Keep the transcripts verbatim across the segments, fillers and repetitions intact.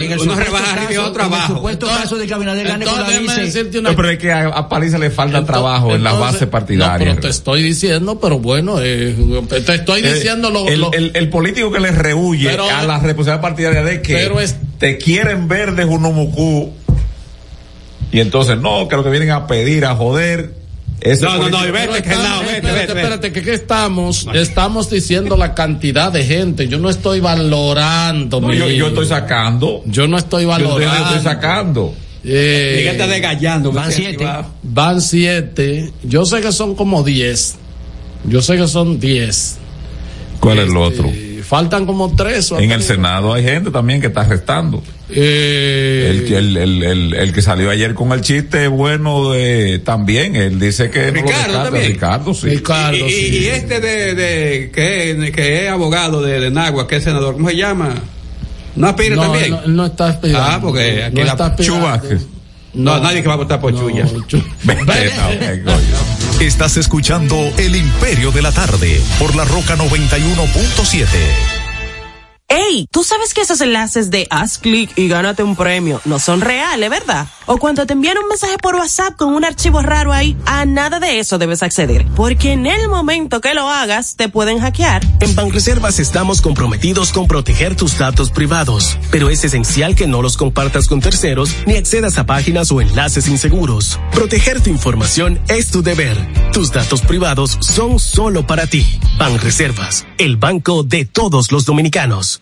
uno rebaja arriba y otro abajo. En el supuesto entonces, caso de que Abinader gane con la vice. No, pero es que a, a Paliza le falta entonces, trabajo en entonces, la base partidaria. No, pero te estoy diciendo, pero bueno, eh, te estoy diciendo lo, el, lo, el, el político que le rehuye pero, a la responsabilidad partidaria de que pero es, te quieren ver de Junumucú y entonces no, que lo que vienen a pedir, a joder. Ese no, no, no, y vete, que no, vete, espérate, vete, espérate, que, que estamos, estamos diciendo la cantidad de gente, yo no estoy valorando. No, yo, yo estoy sacando. Yo no estoy valorando. Yo, yo estoy sacando. Eh, Fíjate desgallando. Van siete. Van siete. Yo sé que son como diez. Yo sé que son diez. ¿Cuál este, es el otro? Faltan como tres. En el Senado hay gente también que está restando. Eh, el, el, el, el, el que salió ayer con el chiste bueno de, también, él dice que Ricardo no lo también. Ricardo, sí. Ricardo, y, sí. Y, y este de, de que, que es abogado de, de Nagua, que es senador, ¿cómo se llama? ¿No aspira no, también? No, no está aspirando. Ah, porque aquí no la está Chuba. No, no, nadie que va a votar por no, Chuya. Chu... Estás escuchando El Imperio de la Tarde por La Roca noventa y uno punto siete. Ey, ¿tú sabes que esos enlaces de haz clic y gánate un premio no son reales, verdad? O cuando te envían un mensaje por WhatsApp con un archivo raro ahí, a nada de eso debes acceder, porque en el momento que lo hagas te pueden hackear. En Banreservas estamos comprometidos con proteger tus datos privados, pero es esencial que no los compartas con terceros ni accedas a páginas o enlaces inseguros. Proteger tu información es tu deber. Tus datos privados son solo para ti. Banreservas, el banco de todos los dominicanos.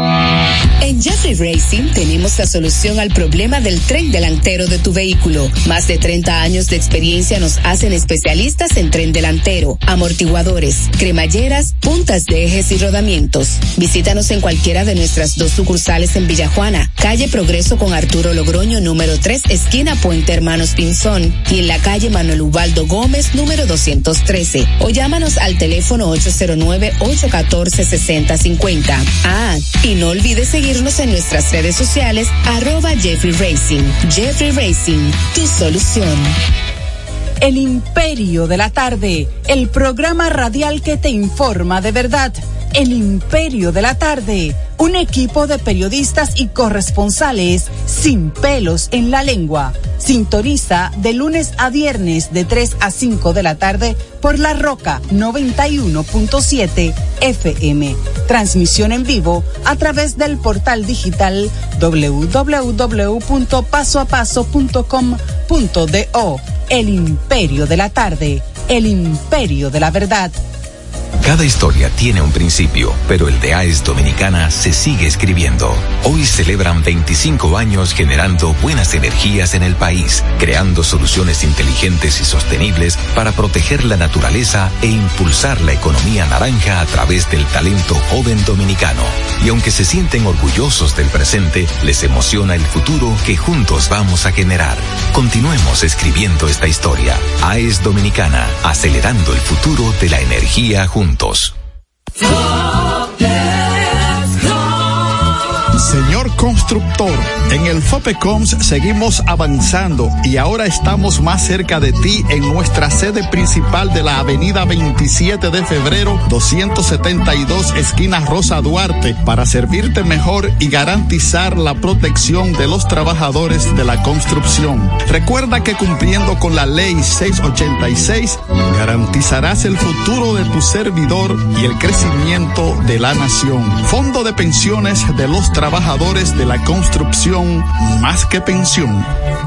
En Jeffrey Racing tenemos la solución al problema del tren delantero de tu vehículo. Más de treinta años de experiencia nos hacen especialistas en tren delantero, amortiguadores, cremalleras, puntas de ejes y rodamientos. Visítanos en cualquiera de nuestras dos sucursales en Villajuana, calle Progreso con Arturo Logroño, número tres, esquina Puente Hermanos Pinzón, y en la calle Manuel Ubaldo Gómez, número doscientos trece. O llámanos al teléfono ocho cero nueve, ocho uno cuatro, seis cero cinco cero. Ah, y no olvides seguirnos en nuestras redes sociales, arroba Jeffrey Racing. Jeffrey Racing, tu solución. El Imperio de la Tarde, el programa radial que te informa de verdad. El Imperio de la Tarde, un equipo de periodistas y corresponsales sin pelos en la lengua. Sintoniza de lunes a viernes de tres a cinco de la tarde por La Roca noventa y uno punto siete F M. Transmisión en vivo a través del portal digital doble u doble u doble u punto paso a paso punto com punto do. El Imperio de la Tarde, el Imperio de la Verdad. Cada historia tiene un principio, pero el de A E S Dominicana se sigue escribiendo. Hoy celebran veinticinco años generando buenas energías en el país, creando soluciones inteligentes y sostenibles para proteger la naturaleza e impulsar la economía naranja a través del talento joven dominicano. Y aunque se sienten orgullosos del presente, les emociona el futuro que juntos vamos a generar. Continuemos escribiendo esta historia. A E S Dominicana, acelerando el futuro de la energía juntos. Señor constructor, en el FOPECOMS seguimos avanzando y ahora estamos más cerca de ti en nuestra sede principal de la avenida veintisiete de febrero, doscientos setenta y dos, esquina Rosa Duarte, para servirte mejor y garantizar la protección de los trabajadores de la construcción. Recuerda que cumpliendo con la ley seiscientos ochenta y seis, garantizarás el futuro de tu servidor y el crecimiento de la nación. Fondo de pensiones de los trabajadores Trabajadores de la construcción, más que pensión.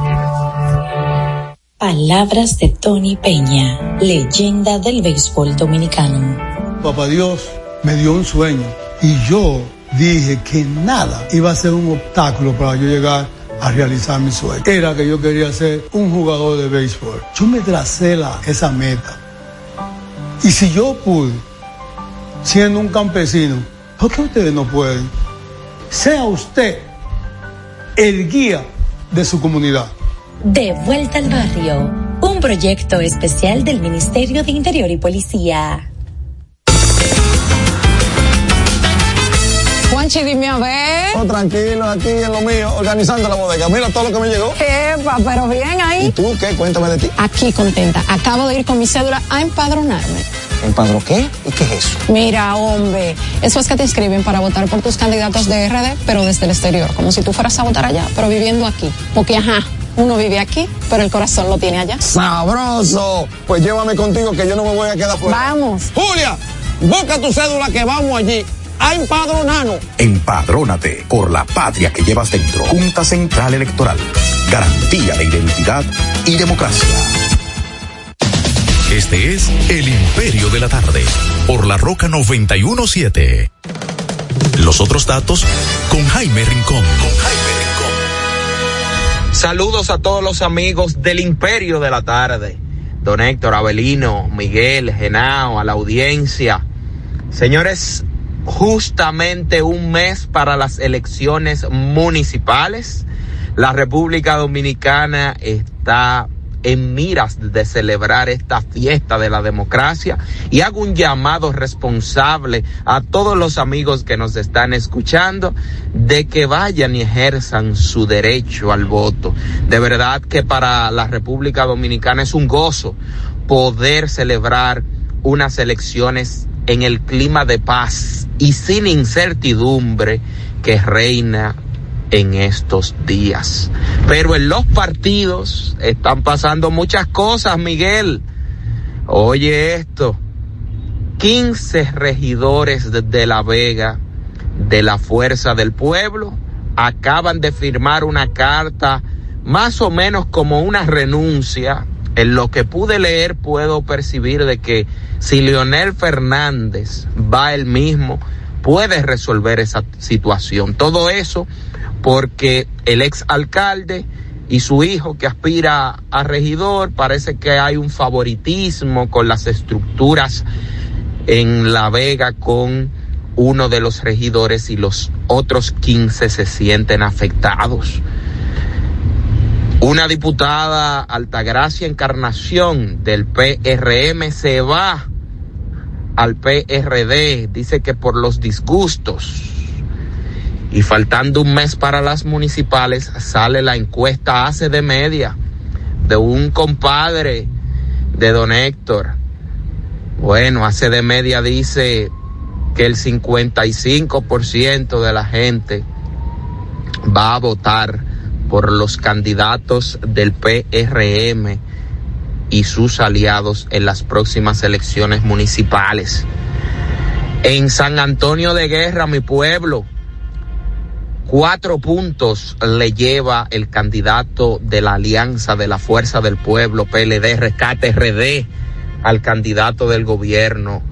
Palabras de Tony Peña, leyenda del béisbol dominicano. Papá Dios me dio un sueño y yo dije que nada iba a ser un obstáculo para yo llegar a realizar mi sueño. Era que yo quería ser un jugador de béisbol. Yo me tracé la, esa meta. Y si yo pude, siendo un campesino, ¿por qué ustedes no pueden? Sea usted el guía de su comunidad. De vuelta al barrio, un proyecto especial del Ministerio de Interior y Policía. Juanchi, dime a ver. Oh, tranquilo, aquí en lo mío, organizando la bodega. Mira todo lo que me llegó. Epa, pero bien ahí. ¿Y tú qué? Cuéntame de ti. Aquí contenta. Acabo de ir con mi cédula a empadronarme. ¿Empadro qué? ¿Y qué es eso? Mira, hombre, eso es que te inscriben para votar por tus candidatos de R D, pero desde el exterior, como si tú fueras a votar allá, pero viviendo aquí. Porque, ajá, uno vive aquí, pero el corazón lo tiene allá. ¡Sabroso! Pues llévame contigo que yo no me voy a quedar fuera. Vamos. Julia, busca tu cédula que vamos allí a empadronarnos. Empadrónate por la patria que llevas dentro. Junta Central Electoral. Garantía de identidad y democracia. Este es El Imperio de la Tarde, por La Roca noventa y uno punto siete. Los otros datos con Jaime Rincón. Con Jaime Rincón. Saludos a todos los amigos del Imperio de la Tarde. Don Héctor, Abelino, Miguel, Genao, a la audiencia. Señores, justamente un mes para las elecciones municipales. La República Dominicana está en miras de celebrar esta fiesta de la democracia, y hago un llamado responsable a todos los amigos que nos están escuchando de que vayan y ejerzan su derecho al voto. De verdad que para la República Dominicana es un gozo poder celebrar unas elecciones en el clima de paz y sin incertidumbre que reina en estos días. Pero en los partidos están pasando muchas cosas, Miguel. Oye esto, quince regidores de, de La Vega, de la Fuerza del Pueblo, acaban de firmar una carta, más o menos como una renuncia. En lo que pude leer puedo percibir de que si Leonel Fernández va él mismo, puede resolver esa situación. Todo eso porque el ex alcalde y su hijo que aspira a regidor, parece que hay un favoritismo con las estructuras en La Vega con uno de los regidores, y los otros quince se sienten afectados. Una diputada, Altagracia Encarnación, del P R M, se va al P R D, dice que por los disgustos. Y faltando un mes para las municipales, sale la encuesta A C de Media de un compadre de don Héctor. Bueno, A C de Media dice que el cincuenta y cinco por ciento de la gente va a votar por los candidatos del P R M y sus aliados en las próximas elecciones municipales. En San Antonio de Guerra, mi pueblo, cuatro puntos le lleva el candidato de la Alianza de la Fuerza del Pueblo, P L D, Rescate R D, al candidato del gobierno.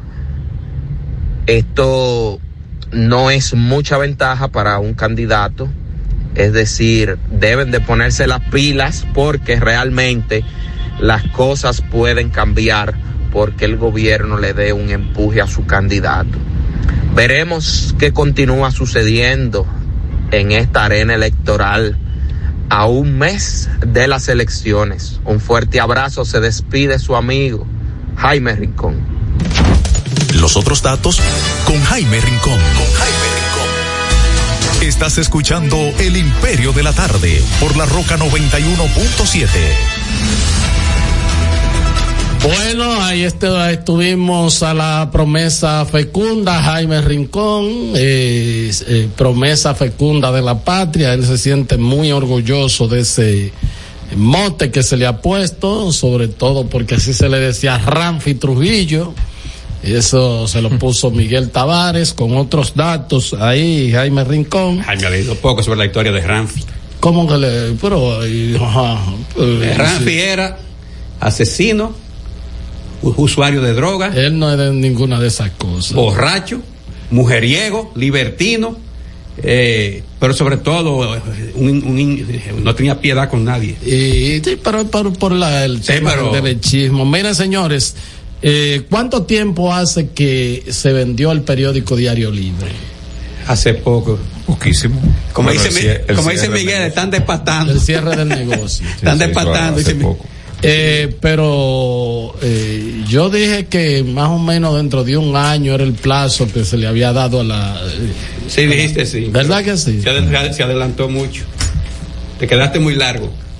Esto no es mucha ventaja para un candidato, es decir, deben de ponerse las pilas porque realmente las cosas pueden cambiar porque el gobierno le dé un empuje a su candidato. Veremos qué continúa sucediendo en esta arena electoral a un mes de las elecciones. Un fuerte abrazo, se despide su amigo Jaime Rincón. Los otros datos con Jaime Rincón. Con Jaime Rincón. Estás escuchando El Imperio de la Tarde por La Roca noventa y uno punto siete. Bueno, ahí este, estuvimos a la promesa fecunda, Jaime Rincón, eh, eh, promesa fecunda de la patria. Él se siente muy orgulloso de ese mote que se le ha puesto, sobre todo porque así se le decía Ramfi Trujillo. Eso se lo puso Miguel Tavares con otros datos ahí, Jaime Rincón. Jaime ha leído poco sobre la historia de Ramfi. ¿Cómo que le...? Pero, ajá, eh, Ramfi sí. Era asesino, usuario de drogas. Él no es de ninguna de esas cosas. Borracho, mujeriego, libertino, eh, pero sobre todo un, un, no tenía piedad con nadie. Y sí, pero, pero por la, el sí, tema pero... del derechismo. Miren, señores, eh, ¿cuánto tiempo hace que se vendió el periódico Diario Libre? Hace poco. Poquísimo. Como bueno, dice, el, como el dice Miguel, están despatando. El cierre del negocio. Están sí, despatando. Sí, claro, Eh, pero eh, yo dije que más o menos dentro de un año era el plazo que se le había dado a la... Eh, sí, dijiste sí. ¿Verdad que sí? Se, adel- se adelantó mucho. Te quedaste muy largo.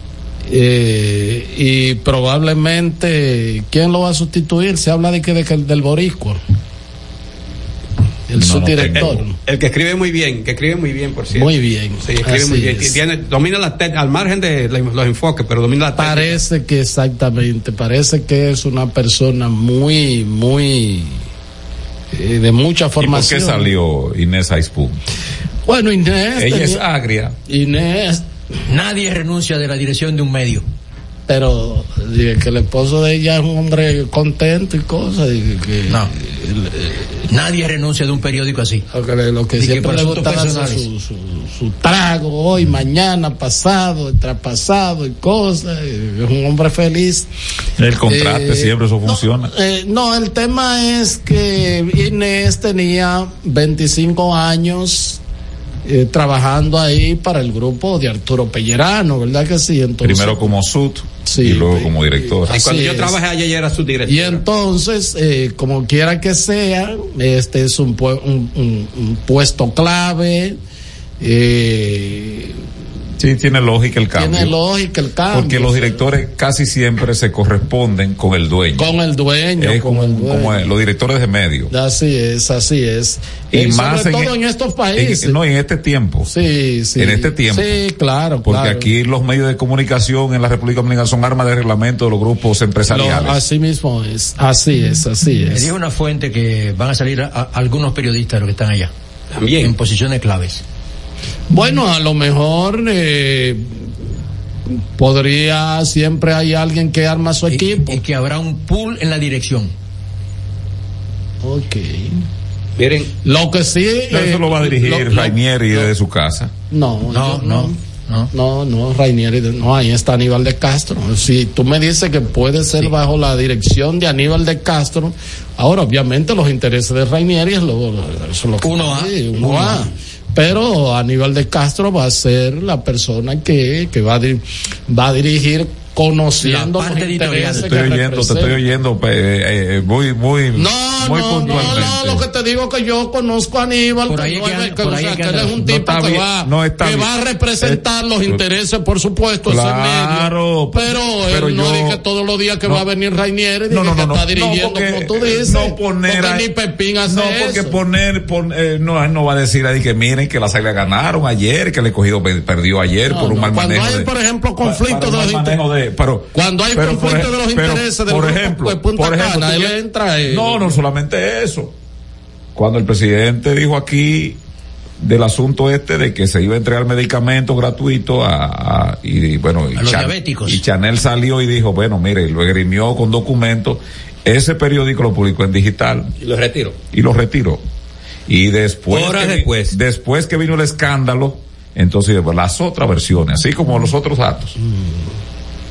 Eh, y probablemente, ¿quién lo va a sustituir? Se habla de que, de que del boricua. El no, subdirector. No el, el que escribe muy bien, que escribe muy bien, por cierto. Muy bien. Sí, escribe Así muy bien. Tiene, domina la técnica, al margen de la, los enfoques, pero domina la técnica. Parece que exactamente, parece que es una persona muy, muy, eh, de mucha formación. ¿Y por qué salió Inés Aispun? Bueno, Inés. Ella tenía, es agria. Inés. Nadie renuncia de la dirección de un medio. Pero dije que el esposo de ella es un hombre contento y cosas. Dije que, no. El, el, Nadie renuncia de un periódico así. Lo que, lo que siempre le gusta es su, su, su trago hoy, mañana, pasado, traspasado y cosas. Es un hombre feliz. El contraste, eh, siempre eso funciona. No, eh, no, el tema es que Inés tenía veinticinco años. Eh, trabajando ahí para el grupo de Arturo Pellerano, ¿verdad que sí? Entonces, primero como sud sí, y luego como director. Y cuando yo trabajé allá ella era subdirector. Y entonces, eh, como quiera que sea, este es un, un, un, un puesto clave. Eh, Sí, tiene lógica el cambio. Tiene lógica el cambio. Porque los directores casi siempre se corresponden con el dueño. Con el dueño. Es con como, el dueño. como los directores de medios. Así es, así es. Y, y más sobre en, todo en estos países. En, no, en este tiempo. Sí, sí. En este tiempo. Sí, claro, Porque claro. aquí los medios de comunicación en la República Dominicana son armas de reglamento de los grupos empresariales. Lo, así mismo es. Así es, así es. Me dijo una fuente que van a salir a, a algunos periodistas de los que están allá. También. En posiciones claves. Bueno, a lo mejor eh, podría, siempre hay alguien que arma su y, equipo. Y que habrá un pool en la dirección. Ok. Miren. Lo que sí. Pero eh, eso lo va a dirigir lo, Rainieri lo, desde su casa. No, no, no. No, no, no, Rainieri, no, ahí está Aníbal de Castro. Si tú me dices que puede ser sí. bajo la dirección de Aníbal de Castro, ahora obviamente los intereses de Rainieri es lo, eso es lo que uno A. Uno, uno A. Pero Aníbal de Castro va a ser la persona que, que va a, dir, va a dirigir conociendo los intereses te estoy oyendo, te estoy oyendo eh, eh, muy, muy, no, muy no, puntualmente. No, no, lo que te digo que yo conozco a Aníbal, por ahí que, que, no es, que, por o ahí sea, que, que él es un no tipo que, bien, va, no está que bien. va a representar eh, los intereses, por supuesto, claro, ese medio. Pero, pero él yo, no dice todos los días que no, va a venir Rainieri, no, no, que no, está no, dirigiendo, porque, como tú dices. No poner porque a, ni Pepín hace No, porque eso. poner, pon, eh, no, él no va a decir ahí que miren que las águilas ganaron ayer, que el escogido perdió ayer no, por un no, mal cuando manejo. Cuando hay, de, por ejemplo, conflictos de los intereses. Cuando hay conflictos de los intereses del por ejemplo, de Punta por ejemplo, Cana, él entra. Eh, no, no solamente eso. Cuando el presidente dijo aquí del asunto este de que se iba a entregar medicamentos gratuitos a, a y bueno, y a los Chan, diabéticos. Y Chanel salió y dijo, bueno, mire, lo esgrimió con documentos. Ese periódico lo publicó en digital. Y lo retiró. Y lo retiró. Y después, Horas que, después. después que vino el escándalo, entonces pues, las otras versiones, así como los otros datos. Mm.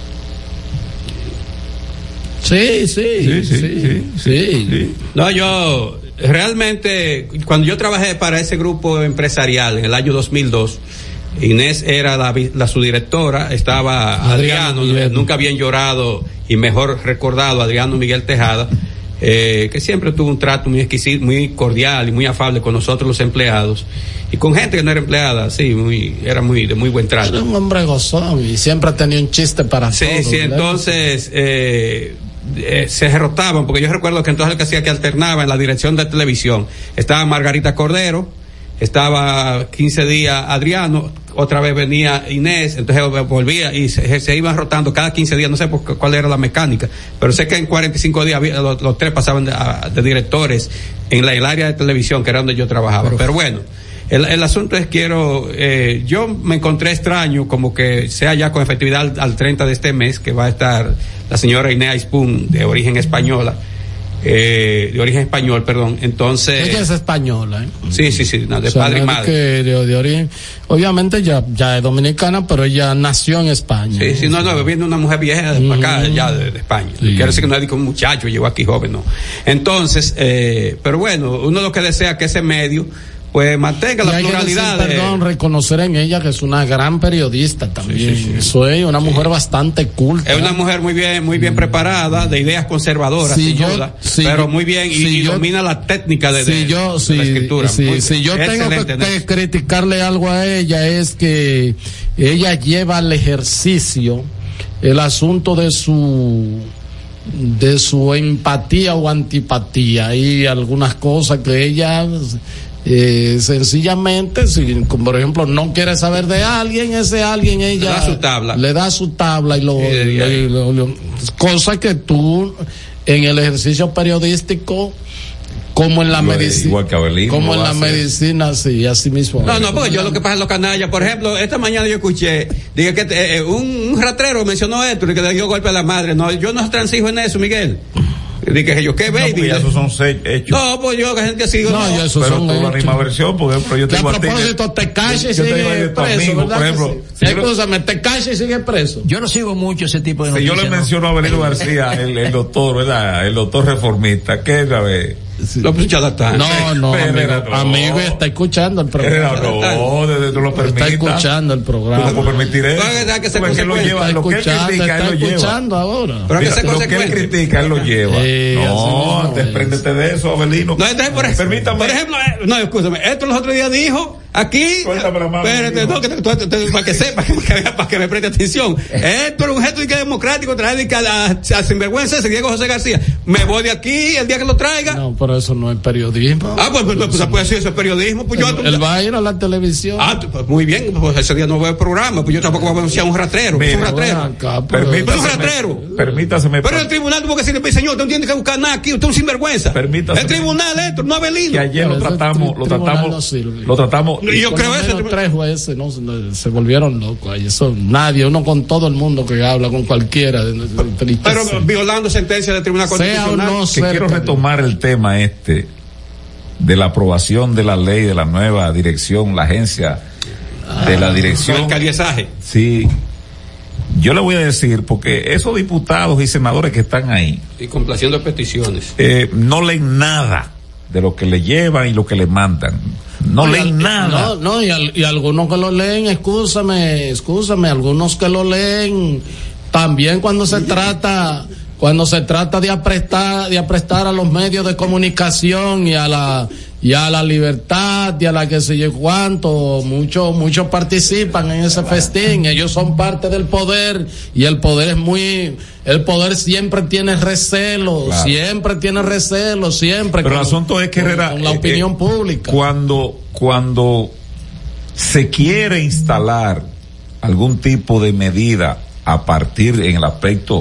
Sí, sí, sí, sí, sí, sí, sí. No, yo realmente, cuando yo trabajé para ese grupo empresarial en el año dos mil dos, Inés era la, la subdirectora, estaba Adriano, Adriano nunca habían llorado y mejor recordado, Adriano Miguel Tejada, eh, que siempre tuvo un trato muy exquisito, muy cordial y muy afable con nosotros los empleados y con gente que no era empleada, sí, muy, era muy de muy buen trato. Era un hombre gozón y siempre tenía un chiste para sí, todos. Sí, sí, entonces eh, eh, se derrotaban, porque yo recuerdo que entonces el que hacía que alternaba en la dirección de televisión estaba Margarita Cordero, estaba quince días Adriano, otra vez venía Inés, entonces volvía y se, se iban rotando cada quince días, no sé por cuál era la mecánica, pero sé que en cuarenta y cinco días había, los, los tres pasaban de, de directores en, la, en el área de televisión, que era donde yo trabajaba. Pero, pero bueno, el, el asunto es quiero, eh, yo me encontré extraño como que sea ya con efectividad al, al treinta de este mes, que va a estar la señora Inés Aispun, de origen española, eh, de origen español, perdón, entonces... Ella es española, ¿eh? Sí, sí, sí, no, de o sea, padre y madre. Que de, de origen, obviamente ya, ya es dominicana, pero ella nació en España. Sí, sí, no, no, viene una mujer vieja de mm-hmm. acá, ya de, de España. Sí. Quiero decir que no es un muchacho, llegó aquí joven, no. Entonces, eh, pero bueno, uno lo que desea que ese medio pues mantenga la pluralidad. Decir, perdón, reconocer en ella que es una gran periodista también. Sí, sí, sí. Eso es una mujer sí. bastante culta. Es una mujer muy bien, muy bien preparada, de ideas conservadoras, sí, sin yo, duda, sí, pero muy bien sí, y, y yo, domina la técnica de, sí, de, yo, de sí, la escritura. Sí, muy, si yo tengo que, que criticarle algo a ella es que ella lleva al ejercicio el asunto de su de su empatía o antipatía. Hay algunas cosas que ella eh, sencillamente, si por ejemplo no quiere saber de alguien, ese alguien ella le da su tabla, le da su tabla y lo, eh, le, lo, lo cosas que tú en el ejercicio periodístico, como en la medicina, como en la medicina, sí, así mismo. No, no, porque yo lo que pasa en los canallas, por ejemplo, esta mañana yo escuché, dije que eh, un, un ratrero mencionó esto, y que le dio golpe a la madre. No, yo no transijo en eso, Miguel. Dije yo, ¿qué baby? No, esos son seis hechos. No, pues yo, que gente sigo. No, no. Eso pero son tú la misma versión, porque por ejemplo, yo tengo a propósito, te cacha y yo sigue preso, amigo, ¿verdad? por ejemplo, Sí. Escúchame, te cacha y sigue preso. Yo no sigo mucho ese tipo de si noticias. yo le ¿no? menciono a Abelino García, el, el doctor, ¿verdad? El doctor reformista, ¿qué es la vez? Sí. No, pues, no, no, amigo, no, amigo, está escuchando el programa. No, desde tú lo permitas. Está escuchando el programa. ¿Tú no puedes permitir eso? No, que se porque él lo lleva, lo que él critica, él lo lleva. Está escuchando ahora. Pero que se lo que él critica, él lo lleva. Eh, no, no despréndete de eso, Abelino. No, entonces, por, permítame. Por ejemplo, no, escúchame, esto los otros días dijo aquí. Suéltame la mano. Espérate, no, que, tú, tú, tú, para que sepa, para, para que me preste atención. Esto es un gesto de democrático, traer a, a, a sinvergüenza ese Diego José García. Me voy de aquí el día que lo traiga. No, pero eso no es periodismo. Ah, pues, pues, pues, pues eso es periodismo. Pues él, yo, él va a ir a la televisión. Ah, pues muy bien, pues ese día no veo el programa, pues yo tampoco voy a anunciar un rastrero. Mira, es un rastrero. Acá, pero, pero es un rastrero. Permítaseme. Pero el tribunal tuvo que decirle, señor, usted no tiene que buscar nada aquí, usted es un sinvergüenza. Permítaseme. El tribunal esto, no Abelino. Que ayer lo tratamos, lo tratamos, lo tratamos. Y yo creo eso. Los tres jueces no, no, se volvieron locos. Ahí eso, nadie, uno con todo el mundo que habla, con cualquiera. Pero violando sentencia del Tribunal Constitucional. No que quiero retomar el tema este de la aprobación de la ley de la nueva dirección, la agencia ah, de la dirección. El caliezaje. Sí. Yo le voy a decir, porque esos diputados y senadores que están ahí. Y complaciendo peticiones. Eh, no leen nada de lo que le llevan y lo que le mandan. No, no leen al, nada. No, no, y, al, y algunos que lo leen, excúsame, excúsame, algunos que lo leen, también cuando se trata, cuando se trata de aprestar, de aprestar a los medios de comunicación y a la, y a la libertad y a la que se yo cuánto, muchos, muchos participan en ese festín, ellos son parte del poder y el poder es muy, el poder siempre tiene recelo, claro. siempre tiene recelo, siempre. Pero con, el asunto es que con, era, con la eh, opinión eh, pública. Cuando, cuando se quiere instalar algún tipo de medida a partir en el aspecto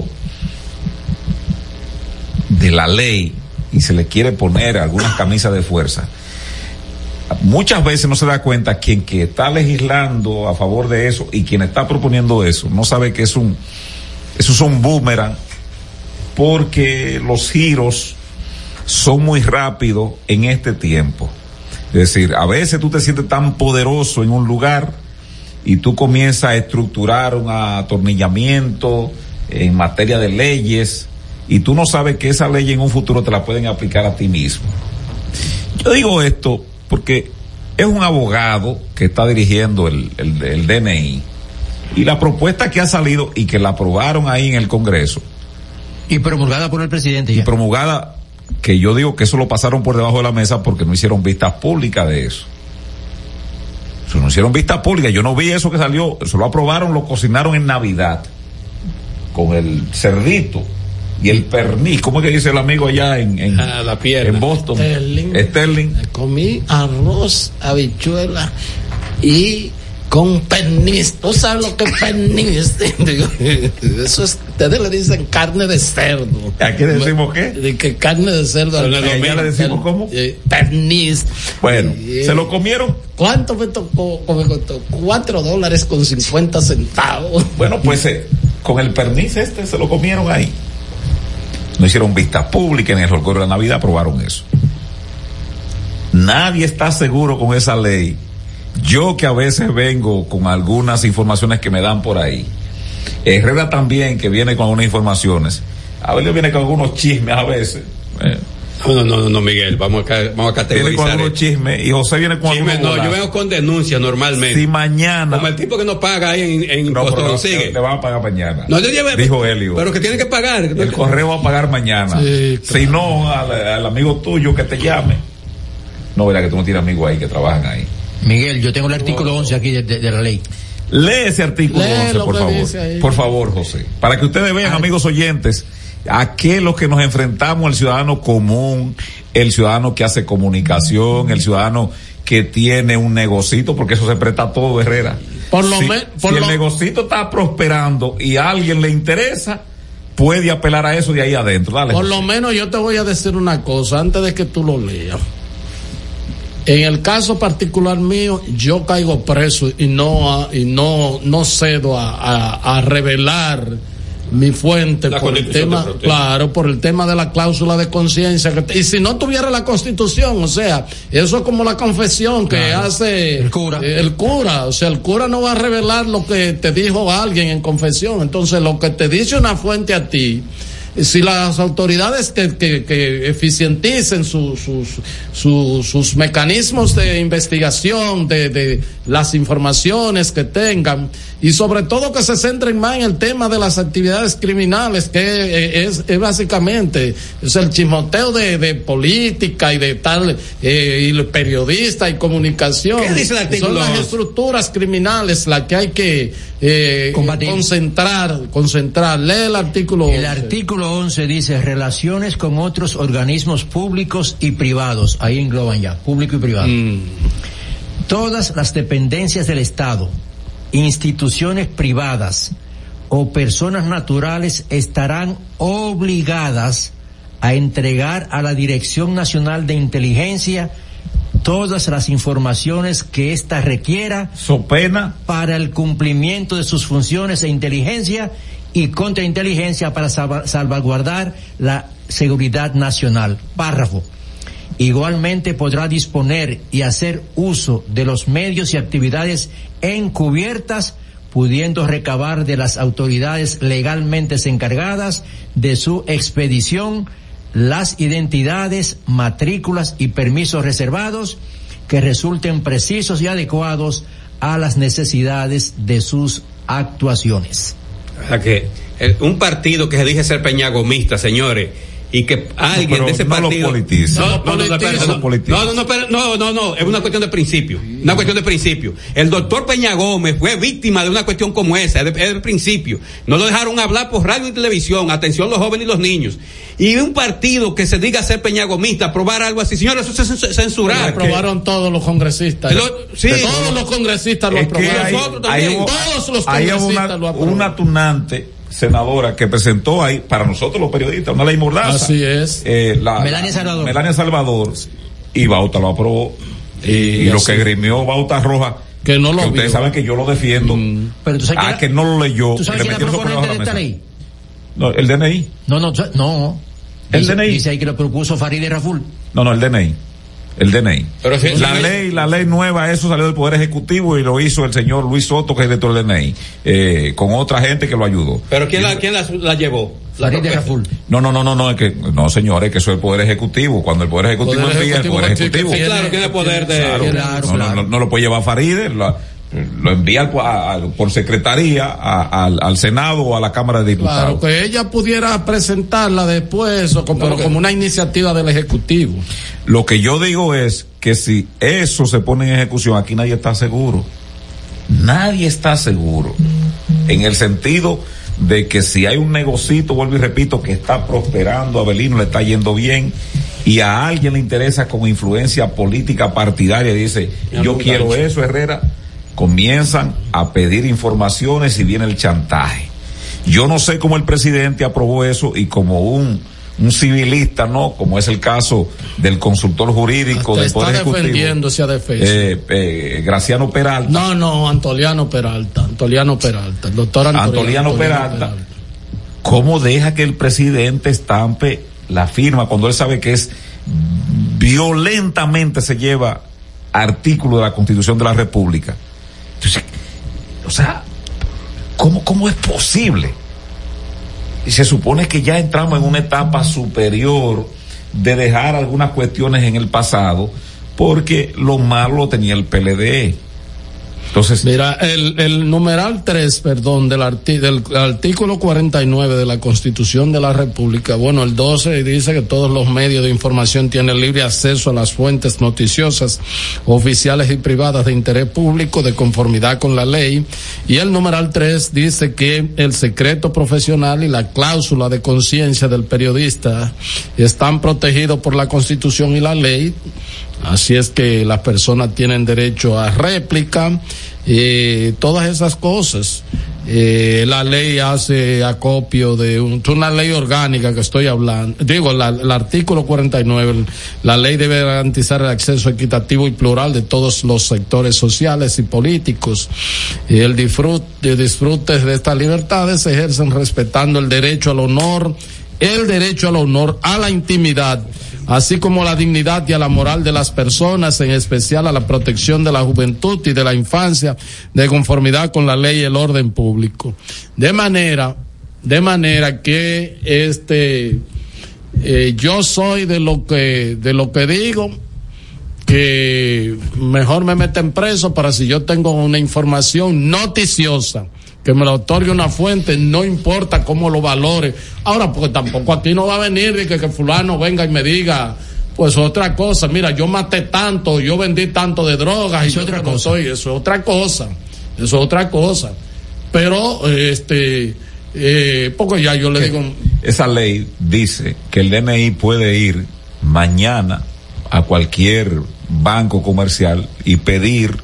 de la ley y se le quiere poner algunas camisas de fuerza, muchas veces no se da cuenta quien que está legislando a favor de eso y quien está proponiendo eso no sabe que es un eso es un boomerang, porque los giros son muy rápidos en este tiempo. Es decir, a veces tú te sientes tan poderoso en un lugar y tú comienzas a estructurar un atornillamiento en materia de leyes y tú no sabes que esa ley en un futuro te la pueden aplicar a ti mismo. Yo digo esto porque es un abogado que está dirigiendo el, el, el D N I y la propuesta que ha salido y que la aprobaron ahí en el Congreso. Y promulgada por el presidente ya. Y promulgada, que yo digo que eso lo pasaron por debajo de la mesa porque no hicieron vistas públicas de eso. Eso no hicieron vistas públicas. Yo no vi eso que salió. Eso lo aprobaron, lo cocinaron en Navidad. Con el cerdito y el pernil. ¿Cómo es que dice el amigo allá en, en, ah, la pierna. en Boston? Sterling. Sterling. Comí arroz, habichuela y con perniz. ¿Tú sabes lo que es perniz? Eso es, ustedes le dicen carne de cerdo. ¿A qué decimos qué? De que carne de cerdo. ¿A ya le decimos cómo? Eh, perniz. Bueno, eh, ¿se lo comieron? ¿Cuánto me tocó? Me costó cuatro dólares con cincuenta centavos. Bueno, pues eh, con el perniz este se lo comieron ahí. No hicieron vistas públicas en el recuerdo de la Navidad, aprobaron eso. Nadie está seguro con esa ley. Yo que a veces vengo con algunas informaciones que me dan por ahí. Herrera también, que viene con algunas informaciones. A ver, viene con algunos chismes a veces. Eh. No, no, no, no, Miguel, vamos a, vamos a categorizar. Viene con algunos chismes y José viene con chisme, algunos. No, yo vengo con denuncias normalmente. Si mañana. Como el tipo que no paga ahí en, en no, Boston, no, sigue. Le van a pagar mañana. No, yo lleve, dijo Helio. Pero que tiene que pagar. El correo va a pagar mañana. Sí, claro. Si no, al, al amigo tuyo que te llame. No, verá que tú no tienes amigos ahí que trabajan ahí. Miguel, yo tengo el artículo once aquí de, de, de la ley. Lee ese artículo Lee once, lo por que favor. dice ahí. Por favor, José. Para que ustedes vean, amigos oyentes, a qué es lo que nos enfrentamos el ciudadano común, el ciudadano que hace comunicación, el ciudadano que tiene un negocito, porque eso se presta todo, Herrera. Por lo si, me, por si lo... el negocito está prosperando y a alguien le interesa, puede apelar a eso de ahí adentro. Dale, por José. lo menos yo te voy a decir una cosa antes de que tú lo leas. En el caso particular mío, yo caigo preso y no a, y no no cedo a, a, a revelar mi fuente La por el tema, de claro, por el tema de la cláusula de conciencia. Y si no tuviera la Constitución, o sea, eso es como la confesión que claro. hace el cura. Eh, el cura, o sea, el cura no va a revelar lo que te dijo alguien en confesión. Entonces, lo que te dice una fuente a ti, si las autoridades que, que, que eficienticen sus sus su, sus mecanismos de investigación de, de las informaciones que tengan y sobre todo que se centren más en el tema de las actividades criminales, que es, es básicamente es el chismoteo de, de política y de tal eh, y periodista y comunicación. ¿Qué dice el artículo? Son las estructuras criminales las que hay que eh, concentrar concentrar lee el artículo el artículo once dice relaciones con otros organismos públicos y privados. Ahí engloban ya, público y privado. Mm. Todas las dependencias del Estado, instituciones privadas o personas naturales estarán obligadas a entregar a la Dirección Nacional de Inteligencia todas las informaciones que ésta requiera, so pena, para el cumplimiento de sus funciones de inteligencia y contrainteligencia para salvaguardar la seguridad nacional. Párrafo. Igualmente podrá disponer y hacer uso de los medios y actividades encubiertas, pudiendo recabar de las autoridades legalmente encargadas de su expedición las identidades, matrículas y permisos reservados que resulten precisos y adecuados a las necesidades de sus actuaciones. O sea que el, un partido que se dice ser peñagomista, señores, y que alguien no, de ese no partido lo politiza. no, no, no, no, no, no, no, no, no, es una cuestión de principio, una cuestión de principio. El doctor Peña Gómez fue víctima de una cuestión como esa, es de, de principio. No lo dejaron hablar por radio y televisión, atención los jóvenes y los niños. Y un partido que se diga ser peñagomista, aprobar algo así, señores, eso es censurar. Lo aprobaron todos los congresistas. Lo, sí, todos los congresistas lo aprobaron. Hay, Nosotros también, hay, todos los hay congresistas una, lo aprobaron. una tunante senadora que presentó ahí, para nosotros los periodistas, una ley mordaza. Así es. Eh, la, Melania Salvador. Melania Salvador, y Bauta lo aprobó. Y, y lo que grimió Bauta Roja, que no lo que ustedes saben que yo lo defiendo. Mm. Pero tú sabes ah, que, que no lo leyó. ¿Tú sabes quién es la proponente de esta ley? No, el D N I. No, no, no. El dice, D N I. Dice ahí que lo propuso Farideh Raful. No, no, el D N I. El D N I. Pero si, la si ley, la ley nueva, eso salió del Poder Ejecutivo y lo hizo el señor Luis Soto, que es director del D N I, eh, con otra gente que lo ayudó. Pero ¿quién, la, ¿quién la, la llevó? Farideh Raful. No, no, no, no, no, es que, no, señores, que eso es el Poder Ejecutivo. Cuando el Poder Ejecutivo Poder envía, el Poder Ejecutivo. Sí, claro, tiene poder de. Claro, claro, no, claro. No, no, no lo puede llevar Farideh, la, lo envía al, a, a, por secretaría a, al, al Senado o a la Cámara de Diputados. Claro, que ella pudiera presentarla después, o como, no, pero como una iniciativa del Ejecutivo. Lo que yo digo es que si eso se pone en ejecución, aquí nadie está seguro. Nadie está seguro. En el sentido de que si hay un negocito, vuelvo y repito, que está prosperando, a Avelino le está yendo bien, y a alguien le interesa con influencia política partidaria y dice, yo quiero eso, Herrera, comienzan a pedir informaciones y viene el chantaje. Yo no sé cómo el presidente aprobó eso y como un un civilista, ¿no? Como es el caso del consultor jurídico hasta del Poder está Ejecutivo. defendiéndose a defensa. Eh, eh, Graciano Peralta. No, no, Antoliano Peralta, Antoliano Peralta, el doctor Antoliano, Antoliano, Antoliano Peralta. Peralta. ¿Cómo deja que el presidente estampe la firma cuando él sabe que es violentamente se lleva artículo de la Constitución de la República? Entonces, o sea, ¿cómo, cómo es posible? Y se supone que ya entramos en una etapa superior de dejar algunas cuestiones en el pasado, porque lo malo lo tenía el P L D. Entonces, mira, el, el numeral tres, perdón, del, arti, del artículo cuarenta y nueve de la Constitución de la República, bueno, el doce dice que todos los medios de información tienen libre acceso a las fuentes noticiosas, oficiales y privadas de interés público de conformidad con la ley, y el numeral tres dice que el secreto profesional y la cláusula de conciencia del periodista están protegidos por la Constitución y la ley. Así es que las personas tienen derecho a réplica, eh, todas esas cosas. Eh, la ley hace acopio de un, una ley orgánica que estoy hablando. Digo, la, el artículo cuarenta y nueve, la ley debe garantizar el acceso equitativo y plural de todos los sectores sociales y políticos. Y el disfrute, disfrutes de estas libertades se ejercen respetando el derecho al honor, el derecho al honor, a la intimidad, así como la dignidad y a la moral de las personas, en especial a la protección de la juventud y de la infancia, de conformidad con la ley y el orden público. De manera, de manera que este, eh, yo soy de lo que, de lo que digo, que mejor me meten preso para si yo tengo una información noticiosa, que me lo otorgue una fuente, no importa cómo lo valore. Ahora, porque tampoco aquí no va a venir de que, que fulano venga y me diga, pues otra cosa, mira, yo maté tanto, yo vendí tanto de drogas, y otra cosa. Soy, eso es otra cosa, eso es otra cosa. Pero, este, eh, porque ya yo le digo. Esa ley dice que el D N I puede ir mañana a cualquier banco comercial y pedir,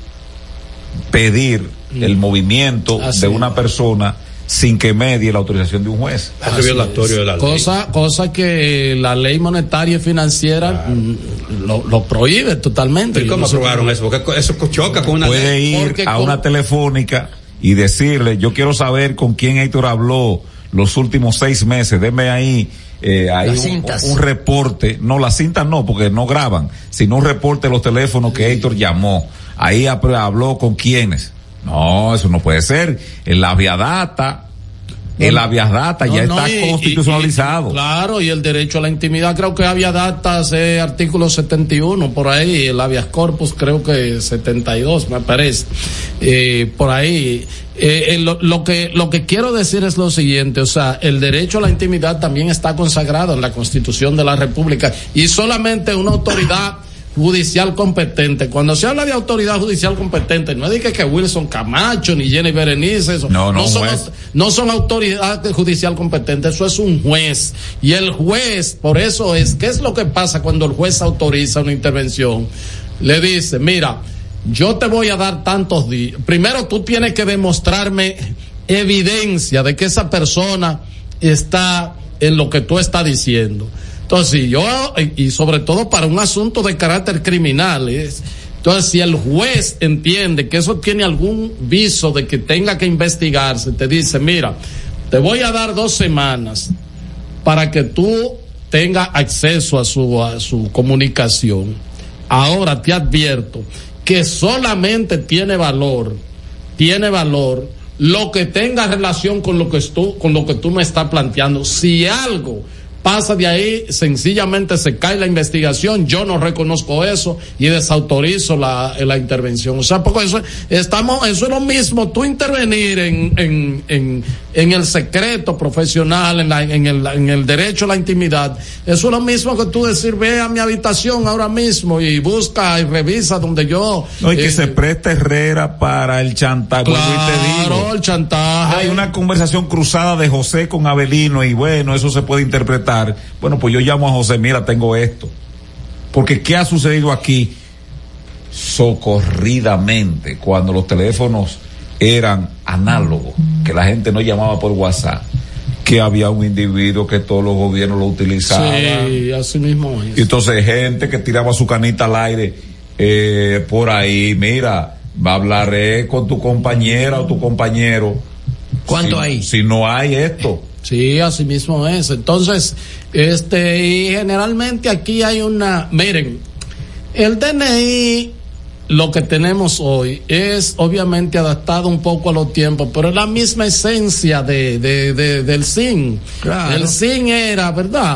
pedir el movimiento Así de una es. persona sin que medie la autorización de un juez. Es violatorio de la ley. Cosa, cosa que la ley monetaria y financiera claro. lo, lo prohíbe totalmente. ¿Y cómo aprobaron eso? Porque eso choca con una Puede ley. ir Porque a con... una telefónica y decirle, yo quiero saber con quién Héctor habló los últimos seis meses, deme ahí eh, hay un, un reporte, no, las cintas no, porque no graban, sino un reporte de los teléfonos que Héctor llamó, ahí habló con quiénes. No, eso no puede ser. El Aviadata, el Aviadata no, ya no, está y, constitucionalizado. Y, y, claro, y el derecho a la intimidad, creo que Aviadata es artículo setenta y uno, por ahí, el Habeas Corpus creo que setenta y dos, me parece. Eh, por ahí. Eh, eh, lo, lo que lo que quiero decir es lo siguiente, o sea, el derecho a la intimidad también está consagrado en la Constitución de la República, y solamente una autoridad judicial competente. Cuando se habla de autoridad judicial competente, no es de que, que Wilson Camacho ni Jenny Berenice, eso no, no, no son, no son autoridad judicial competente, eso es un juez. Y el juez, por eso es, ¿qué es lo que pasa cuando el juez autoriza una intervención? Le dice, mira, yo te voy a dar tantos días. Primero tú tienes que demostrarme evidencia de que esa persona está en lo que tú estás diciendo. Entonces, si yo, y sobre todo para un asunto de carácter criminal, es, entonces si el juez entiende que eso tiene algún viso de que tenga que investigarse, te dice, mira, te voy a dar dos semanas para que tú tengas acceso a su, a su comunicación. Ahora te advierto que solamente tiene valor, tiene valor lo que tenga relación con lo que tú, con lo que tú me estás planteando. Si algo pasa de ahí, sencillamente se cae la investigación, yo no reconozco eso y desautorizo la, la intervención. O sea, porque eso estamos, eso es lo mismo, tú intervenir en, en, en, en el secreto profesional, en la, en el, en el derecho a la intimidad. Eso es lo mismo que tú decir, ve a mi habitación ahora mismo y busca y revisa donde yo. No, y que eh, se preste Herrera para el chantaje. Claro, te digo, el chantaje. Hay una conversación cruzada de José con Avelino y bueno, eso se puede interpretar. Bueno, pues yo llamo a José, mira, tengo esto. Porque ¿qué ha sucedido aquí? Socorridamente, cuando los teléfonos eran análogos, que la gente no llamaba por WhatsApp, que había un individuo que todos los gobiernos lo utilizaban. Sí, así mismo es. Y entonces gente que tiraba su canita al aire eh, por ahí, mira, hablaré con tu compañera o tu compañero. ¿Cuánto si, hay? Si no hay esto. Sí, así mismo es. Entonces, este, y generalmente aquí hay una, miren, el D N I, lo que tenemos hoy es obviamente adaptado un poco a los tiempos, pero es la misma esencia de, de, de del S I N. Claro. El S I N era, ¿verdad?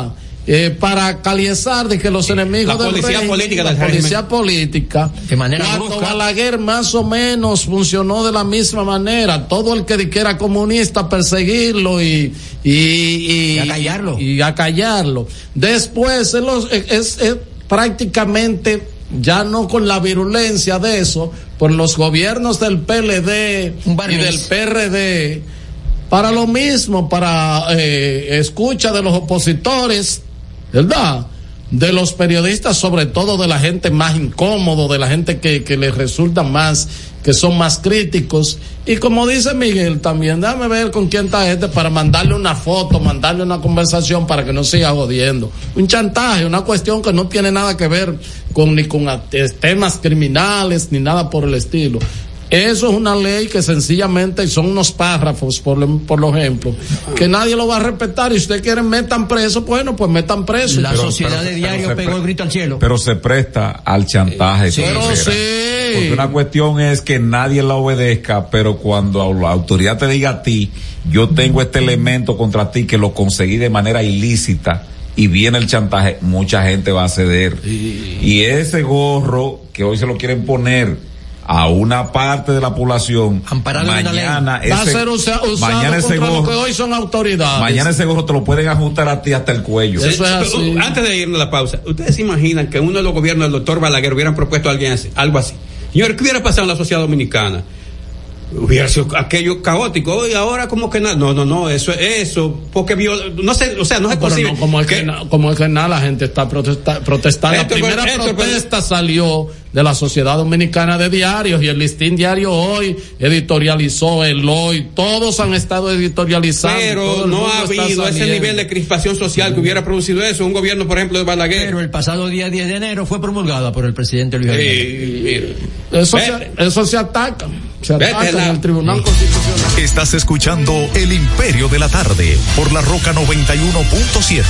eh, para caliezar de que los enemigos la del policía régimen, política la del policía régimen. política, de manera cuando brusca. Balaguer más o menos funcionó de la misma manera, todo el que, que era comunista perseguirlo y y, y, y acallarlo y acallarlo. Después es, los, es, es, es prácticamente ya no con la virulencia de eso, por los gobiernos del P L D y del P R D, para lo mismo, para eh, escucha de los opositores, ¿verdad? De los periodistas, sobre todo de la gente más incómodo, de la gente que, que les resulta más, que son más críticos. Y como dice Miguel también, déjame ver con quién está este para mandarle una foto, mandarle una conversación para que no siga jodiendo. Un chantaje, una cuestión que no tiene nada que ver con ni con temas criminales ni nada por el estilo. Eso es una ley que sencillamente son unos párrafos, por, por ejemplo, que nadie lo va a respetar. Y si ustedes quieren metan preso, bueno, pues metan preso. La pero, sociedad pero, de diario pegó el grito al cielo. Pero se presta al chantaje. Sí, pero sí. Porque una cuestión es que nadie la obedezca, pero cuando la autoridad te diga a ti, yo tengo este elemento contra ti que lo conseguí de manera ilícita, y viene el chantaje, mucha gente va a ceder. Sí. Y ese gorro que hoy se lo quieren poner a una parte de la población, mañana ese, va a ser usa, usado mañana ese contra gorro, lo que hoy son autoridades. Mañana ese gorro te lo pueden ajustar a ti hasta el cuello. Eso es así. Antes de irnos a la pausa, ¿ustedes se imaginan que uno de los gobiernos del doctor Balaguer hubieran propuesto a alguien así, algo así? Señores, ¿qué hubiera pasado en la sociedad dominicana? Hubiera sido aquello caótico, y ahora como que nada, no, no, no, eso es eso, porque vio, no sé, o sea, no es Pero posible. No, como es que, que como es que nada, la gente está protesta, protestando. Esto, la primera esto, protesta esto, salió de la Sociedad Dominicana de Diarios, y el Listín Diario hoy editorializó, el hoy, todos han estado editorializando. Pero no ha habido ese nivel de crispación social que hubiera producido eso, un gobierno, por ejemplo, de Balaguer. Pero el pasado día diez de enero fue promulgada por el presidente Luis Abinader. Eso, se, eso se ataca. Se ataca en el Tribunal Constitucional. Estás escuchando El Imperio de la Tarde por la Roca noventa y uno punto siete.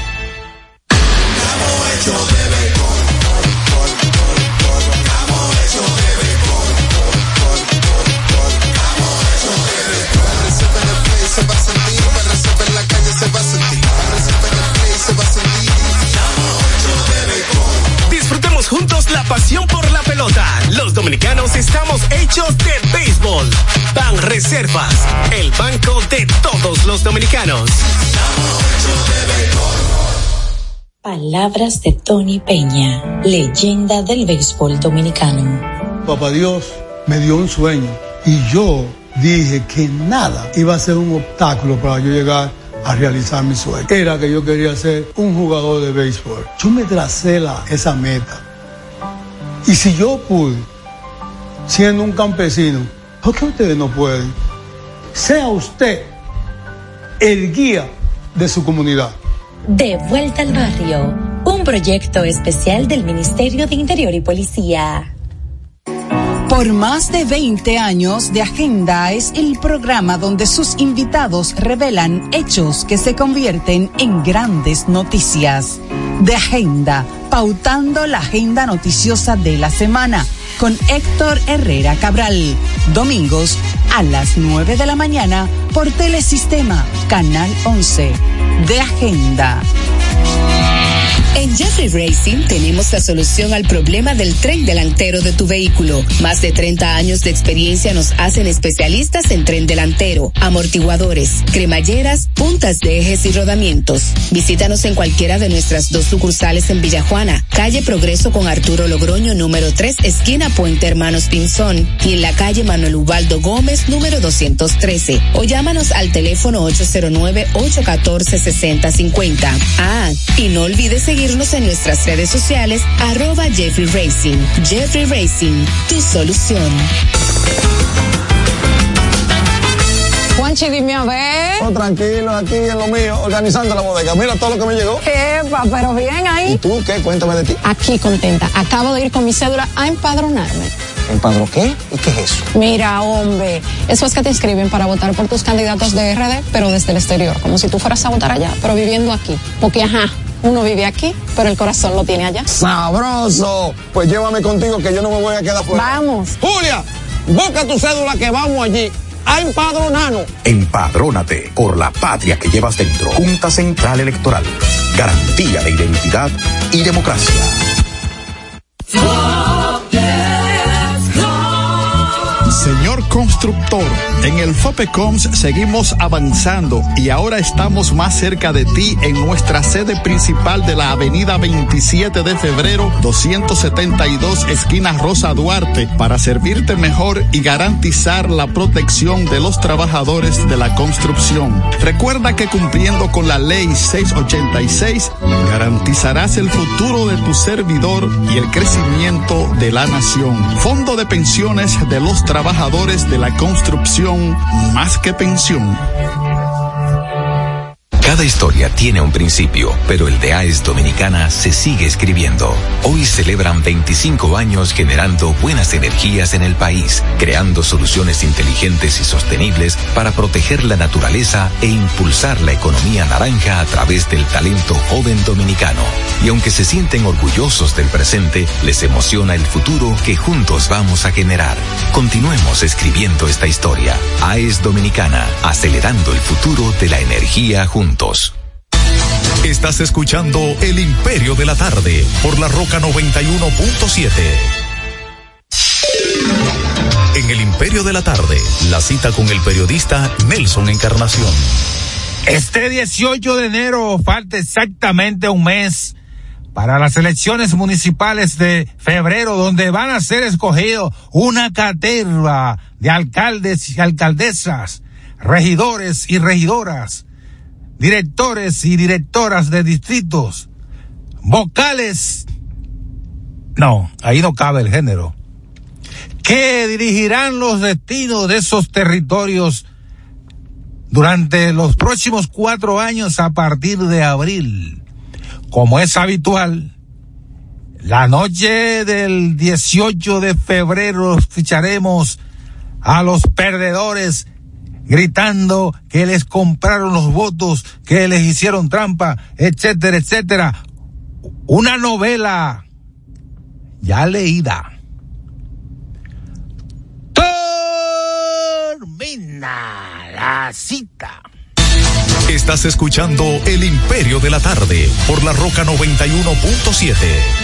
Disfrutemos juntos la pasión por la pelota. Los dominicanos estamos hechos de béisbol. Ban Reservas, el banco de todos los dominicanos. Palabras de Tony Peña, leyenda del béisbol dominicano. Papá Dios me dio un sueño y yo dije que nada iba a ser un obstáculo para yo llegar a realizar mi sueño. Era que yo quería ser un jugador de béisbol. Yo me tracé la, esa meta. Y si yo pude, siendo un campesino, ¿por qué ustedes no pueden? Sea usted el guía de su comunidad. De vuelta al barrio, un proyecto especial del Ministerio de Interior y Policía. Por más de veinte años, De Agenda es el programa donde sus invitados revelan hechos que se convierten en grandes noticias. De Agenda, pautando la agenda noticiosa de la semana, con Héctor Herrera Cabral. Domingos a las nueve de la mañana por Telesistema, Canal once. De Agenda. En Jeffrey Racing tenemos la solución al problema del tren delantero de tu vehículo. Más de treinta años de experiencia nos hacen especialistas en tren delantero, amortiguadores, cremalleras, puntas de ejes y rodamientos. Visítanos en cualquiera de nuestras dos sucursales en Villajuana, calle Progreso con Arturo Logroño, número tres, esquina Puente Hermanos Pinzón, y en la calle Manuel Ubaldo Gómez, número doscientos trece. O llámanos al teléfono ocho cero nueve, ocho uno cuatro, seis cero cinco cero. Ah, y no olvides seguirnos en nuestras redes sociales, arroba Jeffrey Racing. Jeffrey Racing, tu solución. Juanchi, dime a ver. Oh, tranquilo, aquí en lo mío, organizando la bodega. Mira todo lo que me llegó. Epa, pero bien ahí. ¿Y tú qué? Cuéntame de ti. Aquí contenta. Acabo de ir con mi cédula a empadronarme. ¿Empadrón qué? ¿Y qué es eso? Mira, hombre, eso es que te inscriben para votar por tus candidatos de R D, pero desde el exterior, como si tú fueras a votar allá, pero viviendo aquí. Porque, ajá, uno vive aquí, pero el corazón lo tiene allá. ¡Sabroso! Pues llévame contigo que yo no me voy a quedar fuera. Vamos. Julia, busca tu cédula que vamos allí a empadronarnos. Empadrónate por la patria que llevas dentro. Junta Central Electoral. garantía de identidad y democracia. Señor constructor, en el FOPECOMS seguimos avanzando y ahora estamos más cerca de ti en nuestra sede principal de la avenida veintisiete de febrero, doscientos setenta y dos, esquina Rosa Duarte, para servirte mejor y garantizar la protección de los trabajadores de la construcción. Recuerda que cumpliendo con la ley seiscientos ochenta y seis, garantizarás el futuro de tu servidor y el crecimiento de la nación. Fondo de pensiones de los trabajadores Trabajadores de la construcción, más que pensión. Cada historia tiene un principio, pero el de A E S Dominicana se sigue escribiendo. Hoy celebran veinticinco años generando buenas energías en el país, creando soluciones inteligentes y sostenibles para proteger la naturaleza e impulsar la economía naranja a través del talento joven dominicano. Y aunque se sienten orgullosos del presente, les emociona el futuro que juntos vamos a generar. Continuemos escribiendo esta historia. A E S Dominicana, acelerando el futuro de la energía juntos. Estás escuchando El Imperio de la Tarde por La Roca noventa y uno punto siete. En El Imperio de la Tarde, la cita con el periodista Nelson Encarnación. Este dieciocho de enero falta exactamente un mes para las elecciones municipales de febrero, donde van a ser escogidos una caterva de alcaldes y alcaldesas, regidores y regidoras, directores y directoras de distritos, vocales, no, ahí no cabe el género, que dirigirán los destinos de esos territorios durante los próximos cuatro años a partir de abril. Como es habitual, la noche del dieciocho de febrero escucharemos a los perdedores gritando que les compraron los votos, que les hicieron trampa, etcétera, etcétera. Una novela ya leída. Termina la cita. Estás escuchando El Imperio de la Tarde por La Roca noventa y uno punto siete.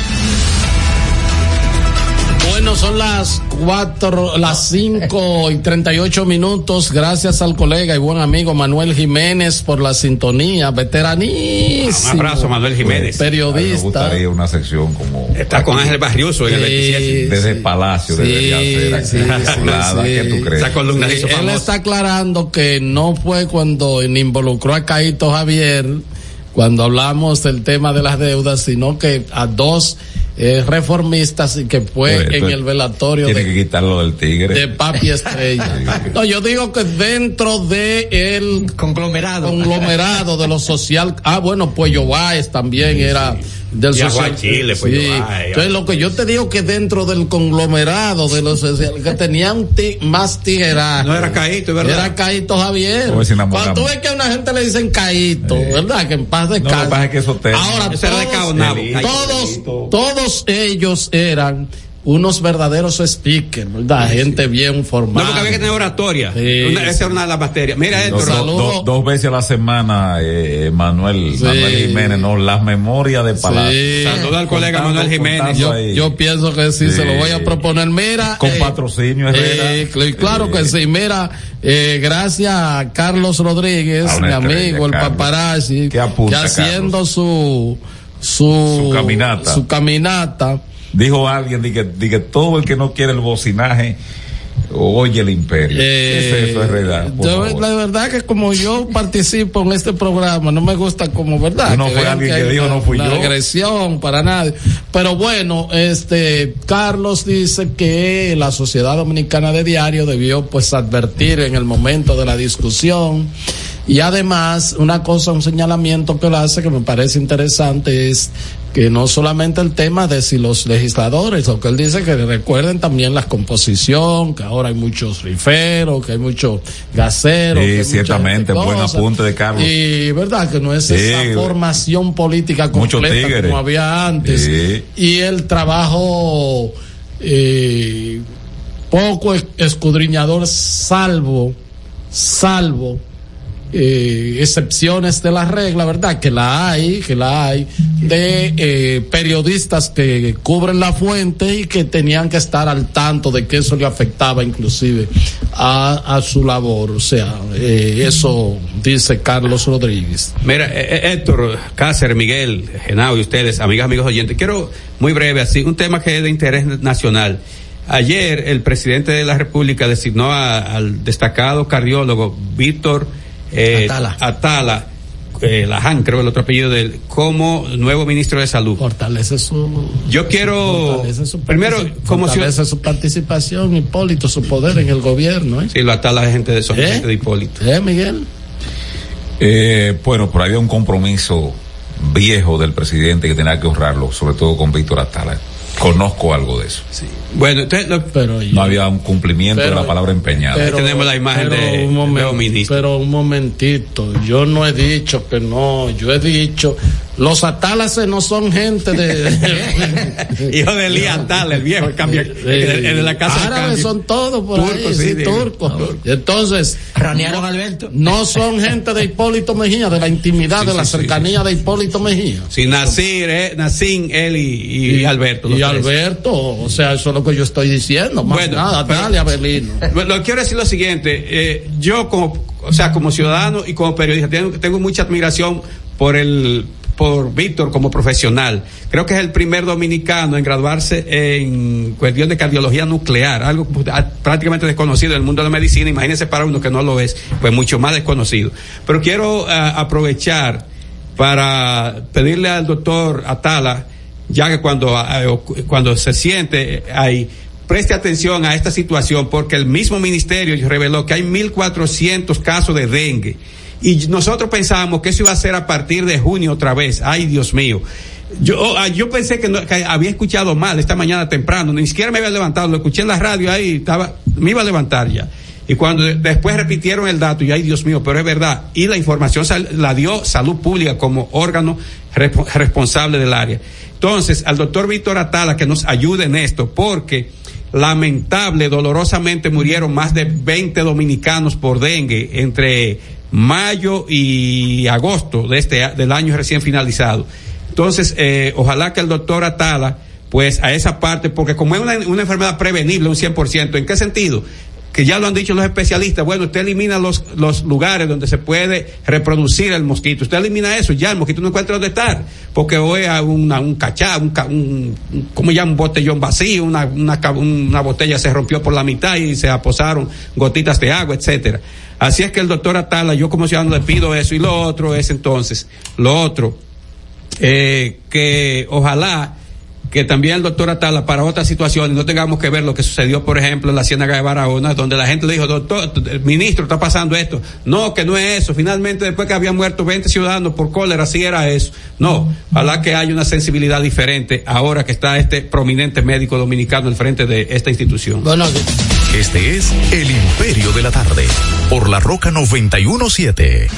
Bueno, son las cuatro, las cinco y treinta y ocho minutos. Gracias al colega y buen amigo Manuel Jiménez por la sintonía, veteranísimo. Un abrazo, Manuel Jiménez. Periodista. Me gustaría una sección como. Está con Ángel Barrioso en el veintisiete. Desde el Palacio, sí, debería ser aquí. Sí, hablada, sí, ¿qué tú crees? Esa columna sí, hizo él famosa. está aclarando que no fue cuando involucró a Caíto Javier, cuando hablamos del tema de las deudas, sino que a dos eh, reformistas, y que fue Pero, en el velatorio tiene de, que quitarlo del tigre de Papi Estrella. No, yo digo que dentro de el conglomerado conglomerado de lo social, ah bueno, pues Báez también sí, era sí. del y social Chile, sí. Entonces lo que yo te digo que dentro del conglomerado de lo social que tenía un ti, más tigueraje, no era Caíto, ¿verdad? Era Caíto Javier. Cuando tú ves que a una gente le dicen Caíto, sí. ¿verdad? Que en paz descanse. No, lo que pasa es que eso te... Ahora todos, todos, todos ellos eran unos verdaderos speakers, ¿verdad? Sí, gente sí. bien formada. No, porque había que tener oratoria. Sí, una, esa era una de las materias. Mira esto. Do, do, do, dos veces a la semana, eh, Manuel, sí. Manuel Jiménez, no, las memorias de Palacio. Sí. Saludos al colega contando, Manuel Jiménez. Yo, yo pienso que sí, sí, se lo voy a proponer. Mira. Con eh, patrocinio, Herrera. Eh, claro eh, que sí. Mira, eh, gracias a Carlos Rodríguez, mi amigo, estrella, el Carlos. Paparazzi, que, apunta, que haciendo Carlos. su, su, su caminata. Su caminata. Dijo alguien de que, de que todo el que no quiere el bocinaje oye el imperio. Eh, ¿Qué es eso, Herrera? Yo, la verdad que como yo participo en este programa, no me gusta como verdad. No fue alguien que, que dijo, una, no fui yo. Agresión para nadie. Pero bueno, este, Carlos dice que la Sociedad Dominicana de Diario debió pues advertir en el momento de la discusión. Y además, una cosa, un señalamiento que él hace que me parece interesante es que no solamente el tema de si los legisladores, lo que él dice que recuerden también la composición, que ahora hay muchos riferos, que hay muchos gaseros. Sí, que hay ciertamente, buen apunte de Carlos. Y verdad que no es sí, esa formación política completa como había antes. Sí. Y el trabajo eh, poco escudriñador, salvo, salvo eh, excepciones de la regla, ¿verdad? Que la hay, que la hay, de eh, periodistas que cubren la fuente y que tenían que estar al tanto de que eso le afectaba inclusive a, a su labor. O sea, eh, eso dice Carlos Rodríguez. Mira, eh, Héctor, Cáceres, Miguel, Genao y ustedes, amigas, amigos oyentes, quiero muy breve, así, un tema que es de interés nacional. Ayer el presidente de la República designó a, al destacado cardiólogo Víctor eh, Atala, Atala eh, Laján, creo el otro apellido de él, como nuevo ministro de Salud. Fortalece su. Yo quiero fortalece su primero como fortalece si, su participación, Hipólito, su poder en el gobierno. ¿eh? Sí, lo Atala es gente de, son ¿Eh? gente de Hipólito. ¿Eh, Miguel? Eh, bueno, por ahí había un compromiso viejo del presidente que tenía que honrarlo, sobre todo con Víctor Atala. Conozco algo de eso. Sí. Bueno, entonces, no, pero yo, no había un cumplimiento pero, de la palabra empeñada. Pero, Ahí tenemos la imagen de un momento, de ministro. Pero un momentito, yo no he dicho que no, yo he dicho, los Atalases no son gente de... Hijo de Elías Atala, el viejo, el cambio, sí, el, el de la casa. Árabes son todos por turcos, ahí, sí, sí turcos. No. Entonces, ranearon no, Alberto. No son gente de Hipólito Mejía, de la intimidad, sí, de sí, la cercanía sí, sí. de Hipólito Mejía. Sí, Nasir, eh, Nacín, él y, y, y Alberto. Y Alberto, o sea, eso es lo que yo estoy diciendo, más bueno, nada, dale, Abelino. Lo que quiero decir lo siguiente, eh, yo como, o sea, como ciudadano y como periodista, tengo, tengo mucha admiración por el, por Víctor como profesional. Creo que es el primer dominicano en graduarse en cuestión de cardiología nuclear, algo prácticamente desconocido en el mundo de la medicina. Imagínense para uno que no lo es, pues mucho más desconocido. Pero quiero uh, aprovechar para pedirle al doctor Atala, ya que cuando, uh, cuando se siente ahí, preste atención a esta situación, porque el mismo ministerio reveló que hay mil cuatrocientos casos de dengue. Y nosotros pensábamos que eso iba a ser a partir de junio otra vez. Ay, Dios mío. Yo, yo pensé que, no, que había escuchado mal esta mañana temprano, ni siquiera me había levantado, lo escuché en la radio ahí, estaba, me iba a levantar ya. Y cuando de, después repitieron el dato, y ay, Dios mío, pero es verdad. Y la información sal, la dio Salud Pública como órgano resp- responsable del área. Entonces, al doctor Víctor Atala que nos ayude en esto, porque lamentable, dolorosamente murieron más de veinte dominicanos por dengue entre mayo y agosto de este del año recién finalizado. Entonces, eh, ojalá que el doctor Atala, pues a esa parte, porque como es una, una enfermedad prevenible un cien por ciento, ¿en qué sentido? Que ya lo han dicho los especialistas, bueno, usted elimina los los lugares donde se puede reproducir el mosquito, usted elimina eso, ya el mosquito no encuentra dónde estar, porque hoy hay una, un cachá, un, un, un ¿cómo llama? Un botellón vacío, una, una, una botella se rompió por la mitad y se aposaron gotitas de agua, etcétera. Así es que el doctor Atala, yo como ciudadano le pido eso, y lo otro es entonces, lo otro, eh, que ojalá que también el doctor Atala para otras situaciones no tengamos que ver lo que sucedió, por ejemplo, en la Ciénaga de Barahona, donde la gente le dijo, doctor, el ministro, está pasando esto. No, que no es eso. Finalmente, después que habían muerto veinte ciudadanos por cólera, sí era eso. No, ojalá que haya una sensibilidad diferente ahora que está este prominente médico dominicano al frente de esta institución. Bueno, este es El Imperio de la Tarde, por La Roca noventa y uno punto siete.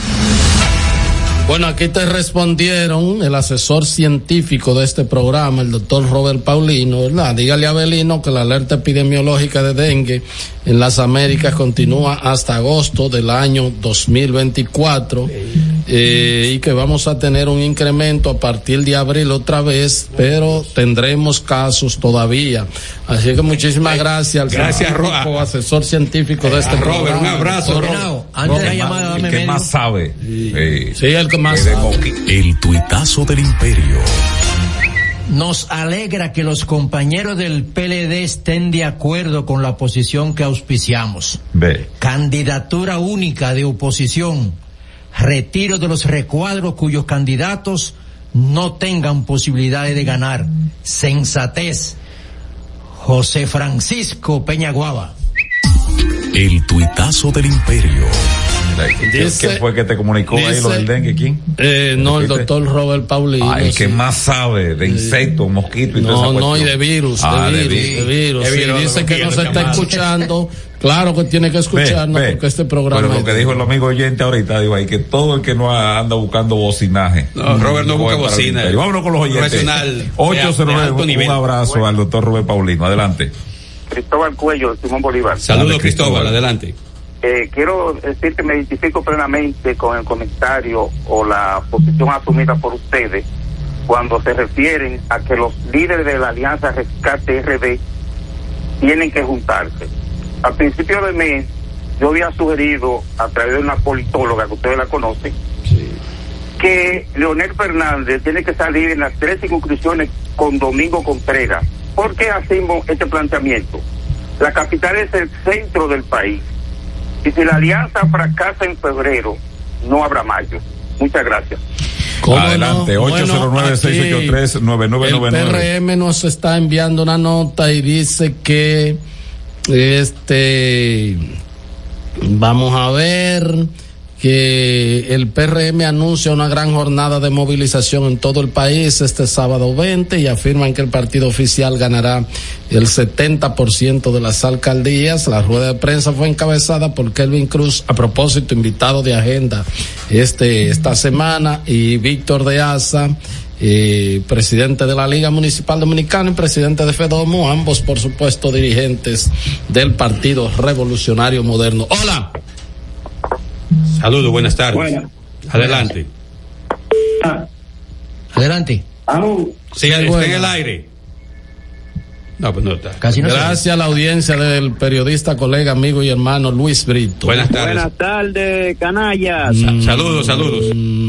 Bueno, aquí te respondieron el asesor científico de este programa, el doctor Robert Paulino, ¿verdad? Dígale a Abelino que la alerta epidemiológica de dengue en las Américas continúa hasta agosto del año dos mil veinticuatro, eh, y que vamos a tener un incremento a partir de abril otra vez, pero tendremos casos todavía. Así que muchísimas gracias al gracias, científico, asesor científico de este Robert, programa. Robert, un abrazo. Robert. Antes de la llamada, dame el que más sabe. Sí, eh, sí el que más El tuitazo del Imperio. Nos alegra que los compañeros del P L D estén de acuerdo con la posición que auspiciamos. Ve. Candidatura única de oposición. Retiro de los recuadros cuyos candidatos no tengan posibilidades de ganar. Sensatez. José Francisco Peñaguaba. El tuitazo del Imperio. Dice, ¿quién fue que te comunicó dice, ahí lo del dengue? ¿Quién? Eh, no, el doctor Robert Paulino. Ay, el que sí. más sabe de insectos, mosquitos y no, toda esa no, y de virus, ah, de, de virus, virus, de virus. De sí, virus dice que nos está llamado. escuchando. Claro que tiene que escucharnos ve, ve. porque este programa. Pero lo que dijo el amigo oyente ahorita, digo ahí, que todo el que no anda buscando bocinaje. No, Robert no busca bocina. Vámonos con los oyentes. ocho cero nueve, un abrazo bueno. al doctor Robert Paulino. Adelante. Cristóbal Cuello, Simón Bolívar. Saludos, Cristóbal, adelante. eh, quiero decir que me identifico plenamente con el comentario o la posición asumida por ustedes cuando se refieren a que los líderes de la Alianza Rescate R D tienen que juntarse. A principio de mes, yo había sugerido, a través de una politóloga que ustedes la conocen, sí, que Leonel Fernández tiene que salir en las tres circunscripciones con Domingo Contreras. ¿Por qué hacemos este planteamiento? La capital es el centro del país. Y si la alianza fracasa en febrero, no habrá mayo. Muchas gracias. Adelante, no? ocho cero nueve, seis ocho tres, nueve nueve nueve nueve. El P R M nos está enviando una nota y dice que este vamos a ver que el P R M anuncia una gran jornada de movilización en todo el país este sábado veinte y afirman que el partido oficial ganará el setenta por ciento de las alcaldías. La rueda de prensa fue encabezada por Kelvin Cruz, a propósito, invitado de agenda este esta semana, y Víctor de Asa, eh, presidente de la Liga Municipal Dominicana y presidente de FEDOMO, ambos por supuesto dirigentes del Partido Revolucionario Moderno. Hola. Saludos, buenas tardes. Buenas. Adelante. Ah. Adelante. Sí, está en el aire. No, pues no está. Casi no. Gracias a la audiencia del periodista, colega, amigo y hermano Luis Brito. Buenas tardes. Buenas tardes, canallas. Mm. Saludos, saludos.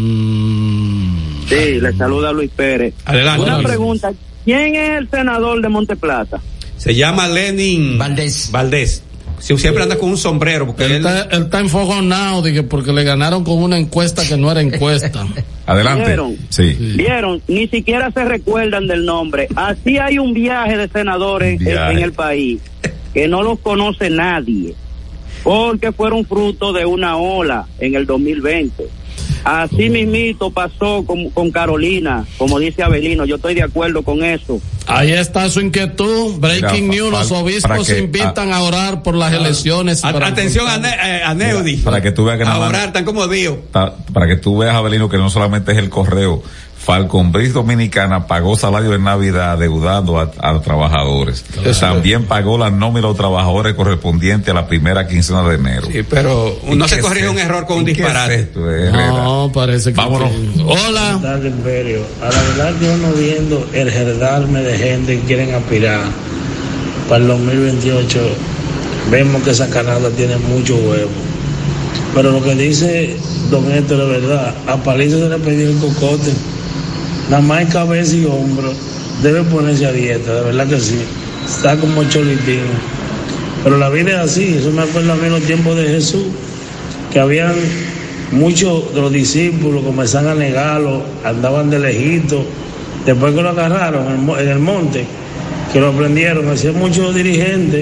Mm. Sí, le saluda Luis Pérez. Adelante. Una Luis. Pregunta, ¿quién es el senador de Monteplata? Se llama Lenin Valdés. Valdés. Si siempre anda con un sombrero porque él, él está, él está enfogonado, dije, porque le ganaron con una encuesta que no era encuesta. Adelante. ¿Vieron? Sí. Vieron, ni siquiera se recuerdan del nombre. Así hay un viaje de senadores viaje. en el país que no los conoce nadie, porque fueron fruto de una ola en el dos mil veinte. Así uh-huh. mismito pasó con, con Carolina, como dice Abelino, yo estoy de acuerdo con eso. Ahí está su inquietud. Breaking Mira, news, los obispos que, invitan a, a orar por las a, elecciones. A, atención a, ne, a Neudi. Para que tú veas que a orar, tan como Dios. Para, para que tú veas, Abelino, que no solamente es el correo. Falconbridge Dominicana pagó salario de Navidad adeudando a, a los trabajadores. Claro. También pagó la nómina a los trabajadores correspondiente a la primera quincena de enero. Sí, pero no se corrige un error con un disparate. Es esto, no, parece que... Vámonos. Que... Hola. Buenas tardes, Imperio. A la verdad yo no viendo el herdarme de gente que quieren aspirar para el dos mil veintiocho. Vemos que esa canasta tiene mucho huevo. Pero lo que dice don Héctor es verdad. A Paliza se le pidió el cocote. Nada más en cabeza y hombro debe ponerse a dieta, de verdad que sí. Está como cholitín. Pero la vida es así. Eso me acuerda a mí en los tiempos de Jesús, que habían muchos de los discípulos comenzaban a negarlo, andaban de lejito. Después que lo agarraron en el monte, que lo prendieron, hacían muchos dirigentes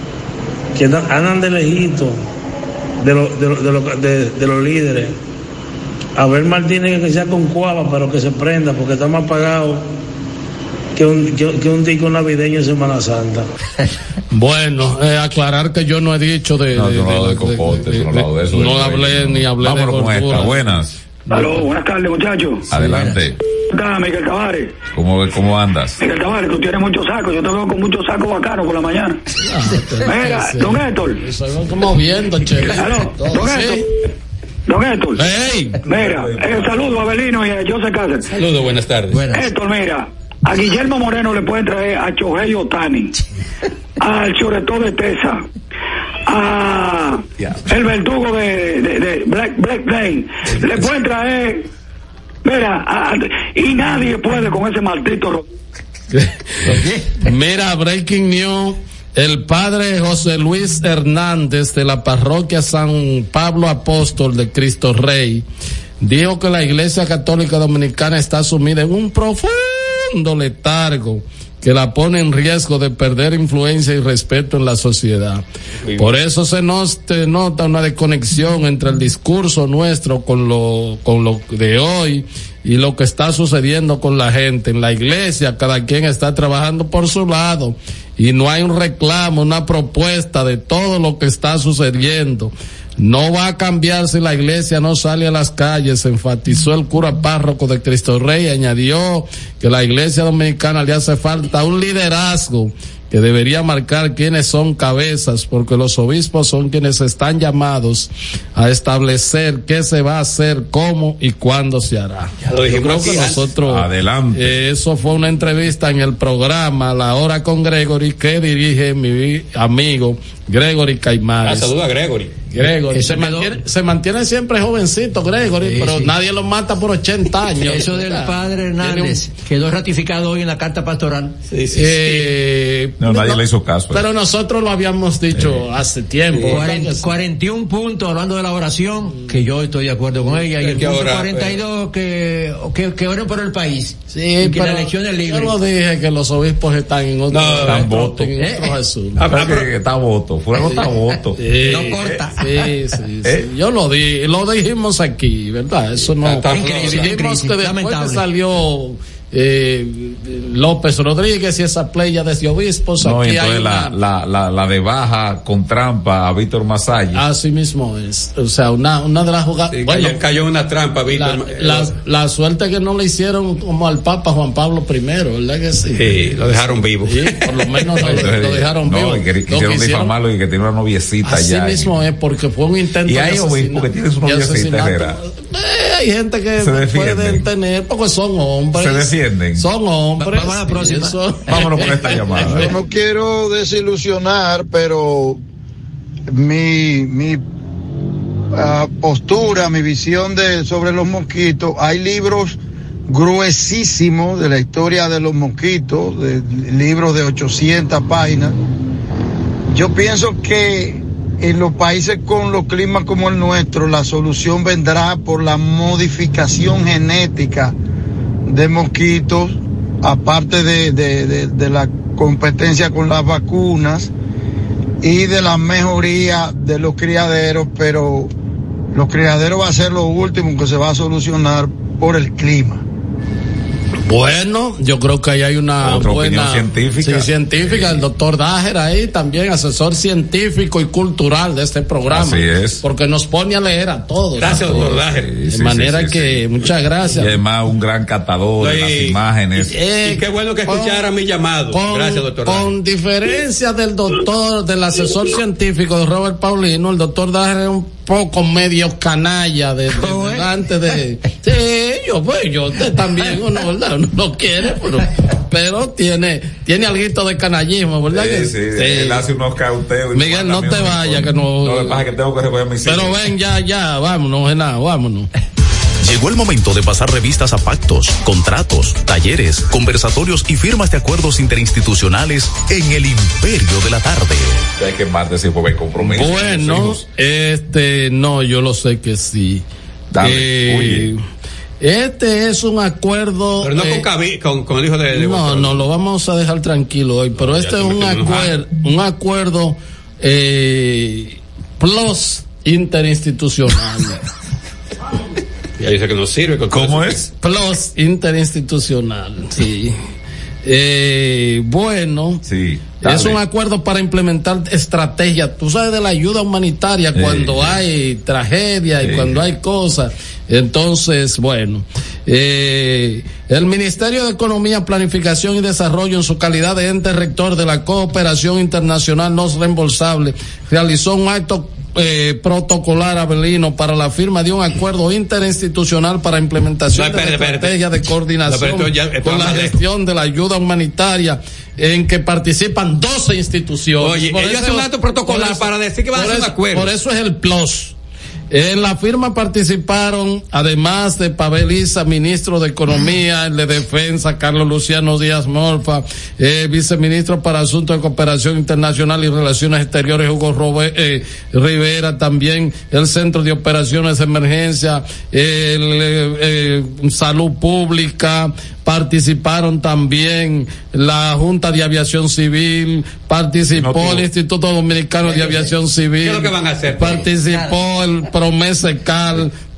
que andan de lejito de, lo, de, lo, de, lo, de, de los líderes. Abel Martínez que sea con cuava, pero que se prenda, porque está más pagado que un, que, que un disco navideño en Semana Santa. Bueno, eh, aclarar que yo no he dicho de... No, de, yo no hablo de, de cocote, de, de, no, de eso no hablé ni hablé Vámonos de con esta, buenas. Aló, buenas tardes, muchachos. Adelante. Acá, Miguel Tavares. ¿Cómo, ¿Cómo andas? Miguel Tavares, tú tienes muchos sacos, yo te veo con muchos sacos bacanos por la mañana. Ah, Mira, don Héctor. Estoy moviendo, che. Aló, don Héctor. Don Héctor, hey. Mira, eh, saludo a Abelino y a José Cáceres. Saludos, buenas tardes. Buenas. Héctor, mira, a Guillermo Moreno le pueden traer a Chohei Otani, al Choretó de Tesa, a yeah. el verdugo de, de, de Black, Black Lane, le pueden traer, mira, a, a, y nadie puede con ese maldito. Mira, breaking news. El padre José Luis Hernández de la parroquia San Pablo Apóstol de Cristo Rey dijo que la Iglesia Católica Dominicana está sumida en un profundo letargo que la pone en riesgo de perder influencia y respeto en la sociedad. Por eso se nos te nota una desconexión entre el discurso nuestro con lo, con lo de hoy y lo que está sucediendo con la gente. En la iglesia cada quien está trabajando por su lado y no hay un reclamo, una propuesta de todo lo que está sucediendo. No va a cambiar si la iglesia no sale a las calles, enfatizó el cura párroco de Cristo Rey. Añadió que la iglesia dominicana le hace falta un liderazgo que debería marcar quiénes son cabezas, porque los obispos son quienes están llamados a establecer qué se va a hacer, cómo y cuándo se hará. Ya lo dijimos. Yo creo que nosotros, adelante. Eh, eso fue una entrevista en el programa La Hora con Gregory, que dirige mi amigo Gregory Caimares. Ah, saluda a Gregory. Gregory se mantiene, se mantiene siempre jovencito Gregory, sí, pero sí. Nadie lo mata por ochenta años. Eso del padre Hernández un... quedó ratificado hoy en la carta pastoral. Sí, sí, eh, sí. No, nadie no, le hizo caso. Pero eso. Nosotros lo habíamos dicho eh. hace tiempo. cuarenta, cuarenta y uno puntos hablando de la oración, que yo estoy de acuerdo con ella, y el punto ahora, cuarenta y dos que, que, que oren por el país. Sí, y que la elección es libre. Yo no dije que los obispos están en otro, no, están voto. En otro eh. Jesús. Ah, pero que está voto, fuera está voto. Sí, no corta. Sí, sí, sí. ¿Eh? Yo lo di, lo dijimos aquí, ¿verdad? Eso no. Está increíble, dijimos que después que salió eh, López Rodríguez y esa playa de obispos, no, aquí entonces hay la, una... la, la, la de baja con trampa a Víctor Masaya. Así mismo es. O sea, una, una de las jugadas. Sí, bueno, cayó, cayó una trampa, Víctor. La, la, la suerte que no le hicieron como al Papa Juan Pablo primero, ¿verdad que sí? Sí, lo dejaron vivo. Sí, por lo menos lo, entonces, lo dejaron no, vivo. Y que, lo quisieron difamarlo y que tiene una noviecita así ya. Así mismo y... es, porque fue un intento y hay obispos que tienen su noviecita, Herrera. Eh, hay gente que pueden tener, porque son hombres. Se defienden. Son hombres. Vamos a la próxima. Eso. Vámonos con esta llamada. Yo no quiero desilusionar, pero mi, mi uh, postura, mi visión de sobre los mosquitos, hay libros gruesísimos de la historia de los mosquitos, de, libros de ochocientas páginas. Yo pienso que en los países con los climas como el nuestro, la solución vendrá por la modificación genética de mosquitos, aparte de, de, de, de la competencia con las vacunas y de la mejoría de los criaderos, pero los criaderos va a ser lo último que se va a solucionar por el clima. Bueno, yo creo que ahí hay una Otra buena científica. Sí, científica, el doctor Dajer ahí también, asesor científico y cultural de este programa. Así es. Porque nos pone a leer a todos. Gracias, doctor Dajer. De sí, manera sí, sí, que, sí. muchas gracias. Y además un gran catador sí. de las imágenes. Y, eh, y qué bueno que escuchara mi llamado. Con, gracias, doctor Dajer. Con diferencia del doctor, del asesor científico de Robert Paulino, el doctor Dajer es un poco medio canalla de, de, de antes de sí, yo pues yo también uno, ¿verdad? Uno lo quiere, pero, pero tiene tiene alguito de canallismo, ¿verdad? Sí, que, sí, sí. Él hace unos cauteos. Miguel, no te vayas, que no. No, lo que pasa es que tengo que recoger mis hijos. Pero ven, ya, ya, vámonos, Genaro, vámonos. Llegó el momento de pasar revistas a pactos, contratos, talleres, conversatorios y firmas de acuerdos interinstitucionales en el Imperio de la Tarde. Hay que más decir porque hay compromiso. Bueno, este, no, yo lo sé que sí. Dale, eh, oye. Este es un acuerdo. Pero no eh, con, Cabi, con, con el hijo de. de no, Botón. no, lo vamos a dejar tranquilo hoy. Pero no, este es un acuerdo, un acuerdo eh, plus interinstitucional. Ya dice que no sirve. ¿Cómo es? Plus interinstitucional, sí. Eh, bueno, sí, es un acuerdo para implementar estrategias. Tú sabes de la ayuda humanitaria eh, cuando eh, hay tragedia y eh, cuando hay cosas. Entonces, bueno, eh, el Ministerio de Economía, Planificación y Desarrollo, en su calidad de ente rector de la cooperación internacional no reembolsable, realizó un acto Eh, protocolar Abelino para la firma de un acuerdo interinstitucional para implementación no, espérate, de la estrategia espérate. de coordinación no, ya, con la gestión de la ayuda humanitaria en que participan doce instituciones. Oye, por ellos hacen un acto protocolar eso, para decir que van a hacer un acuerdo. Por eso es el plus. En la firma participaron, además de Pavel Isa, ministro de Economía, el de Defensa, Carlos Luciano Díaz Morfa, eh, viceministro para Asuntos de Cooperación Internacional y Relaciones Exteriores, Hugo Robe, eh, Rivera, también el Centro de Operaciones de Emergencia, el, eh, eh, Salud Pública, participaron también la Junta de Aviación Civil, participó no, el Instituto Dominicano de Aviación Civil. ¿Qué es lo que van a hacer? Participó el Promesecal,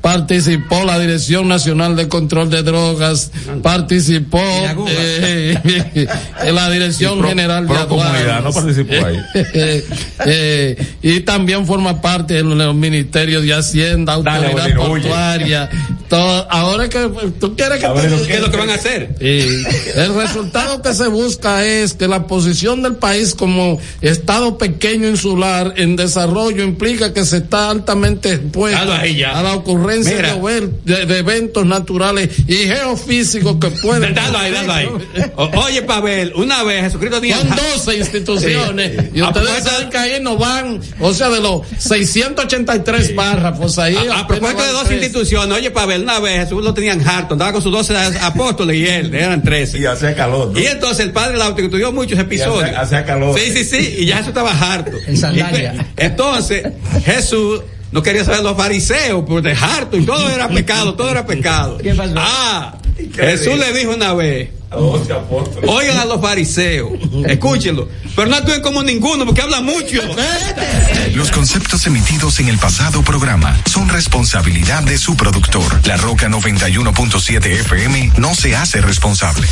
participó la Dirección Nacional de Control de Drogas, participó eh, la Dirección pro, General pro de Aduanas. No participó ahí. Eh, eh, y también forma parte de los ministerios de Hacienda, Autoridad Dale, Portuaria. Todo, ahora que tú quieres que, te, ¿qué es lo que van a hacer? Eh, el resultado que se busca es que la posición del país como estado pequeño insular en desarrollo implica que se está altamente expuesto a la ocurrencia de, de, de eventos naturales y geofísicos que pueden. Dalo ahí, dalo ahí. O, oye, Pavel, una vez Jesucristo dijo. Son doce instituciones sí. y ustedes saben que ahí nos van, o sea, de los seiscientos ochenta y tres sí. párrafos ahí. A, a propósito de dos tres. instituciones, oye, Pavel, una vez Jesús lo tenían harto, andaba con sus doce apóstoles y él, eran trece. Y hacía calor, ¿no? Y entonces el padre la instituyó muchos episodios. Hacía, hacía calor. Sí, sí, sí, y ya Jesús estaba harto. En sandalia. Entonces, Jesús no quería saber los fariseos, porque harto y todo era pecado, todo era pecado. ¿Qué pasó? Ah, Jesús le dijo una vez, oigan a los fariseos, escúchenlo, pero no actúen como ninguno porque hablan mucho. Los conceptos emitidos en el pasado programa son responsabilidad de su productor. La Roca noventa y uno punto siete F M no se hace responsable.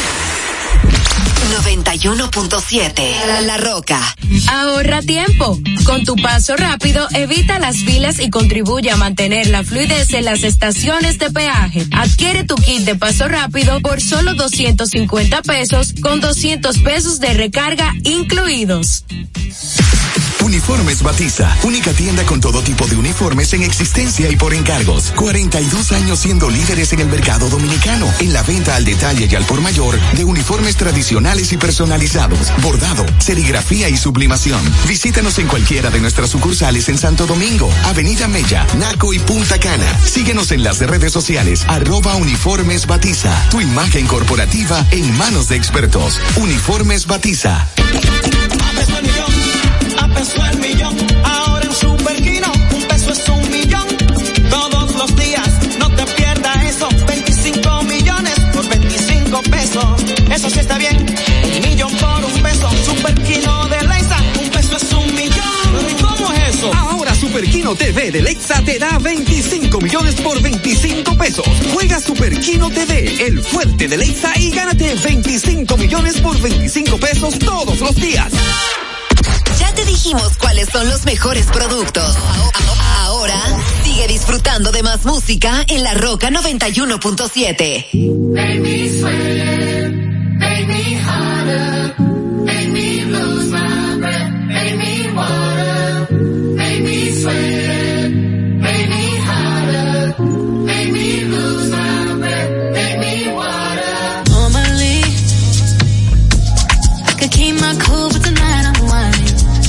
noventa y uno punto siete La Roca. Ahorra tiempo. Con tu paso rápido, evita las filas y contribuye a mantener la fluidez en las estaciones de peaje. Adquiere tu kit de paso rápido por solo doscientos cincuenta pesos con doscientos pesos de recarga incluidos. Uniformes Batiza, única tienda con todo tipo de uniformes en existencia y por encargos. cuarenta y dos años siendo líderes en el mercado dominicano, en la venta al detalle y al por mayor de uniformes tradicionales y personalizados, bordado, serigrafía y sublimación. Visítanos en cualquiera de nuestras sucursales en Santo Domingo, Avenida Mella, Naco y Punta Cana. Síguenos en las redes sociales, arroba Uniformes Batiza. Tu imagen corporativa en manos de expertos. Uniformes Batiza. Peso el millón, ahora en Superquino, un peso es un millón, todos los días, no te pierdas eso, veinticinco millones por veinticinco pesos, eso sí está bien, un millón por un peso, Superquino de Lexa, un peso es un millón, ¿y cómo es eso? Ahora Superquino T V de Lexa te da veinticinco millones por veinticinco pesos, juega Superquino T V, el fuerte de Lexa y gánate veinticinco millones por veinticinco pesos todos los días. Ya te dijimos cuáles son los mejores productos. Ahora sigue disfrutando de más música en La Roca noventa y uno punto siete. Make me sweat, make me harder, make me lose my breath, make me water, make me sweat, make me harder, make me lose my breath, make me water. Normally, I could keep my cool, but tonight I'm whining.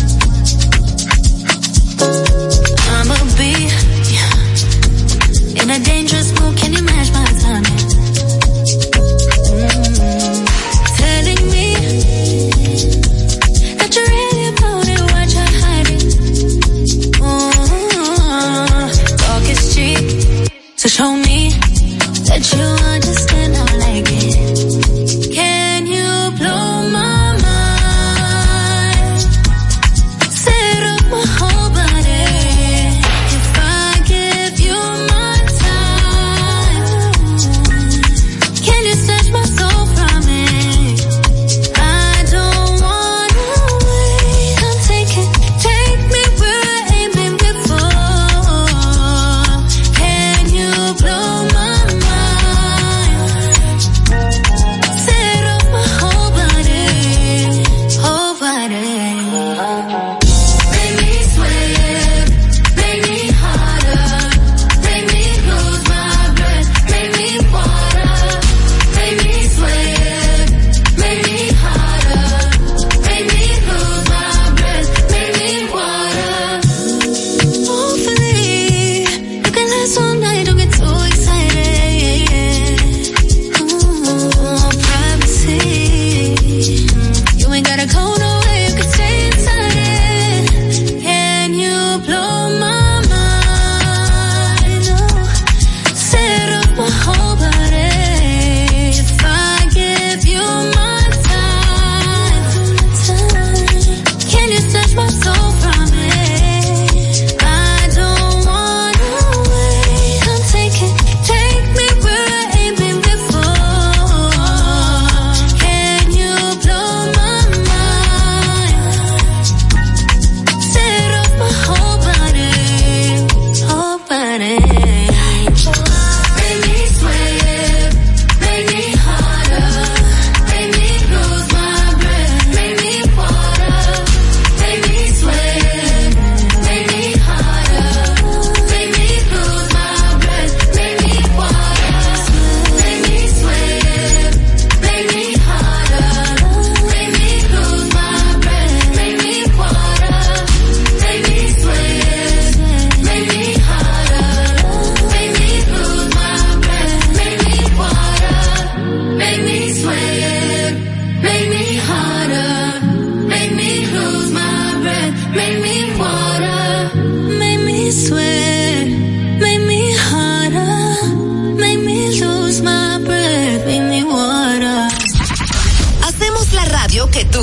I'ma be in a dangerous mood. Can you match my timing? Mm-hmm. Telling me that you're really about it, what you're hiding. Mm-hmm. Talk is cheap, so show me that you understand. I like it. Can you blow my mind? Set up my whole body. If I give you my time, can you snatch my soul from me? I don't wanna wait. I'm taking, take me where I ain't been before. Can you blow my mind?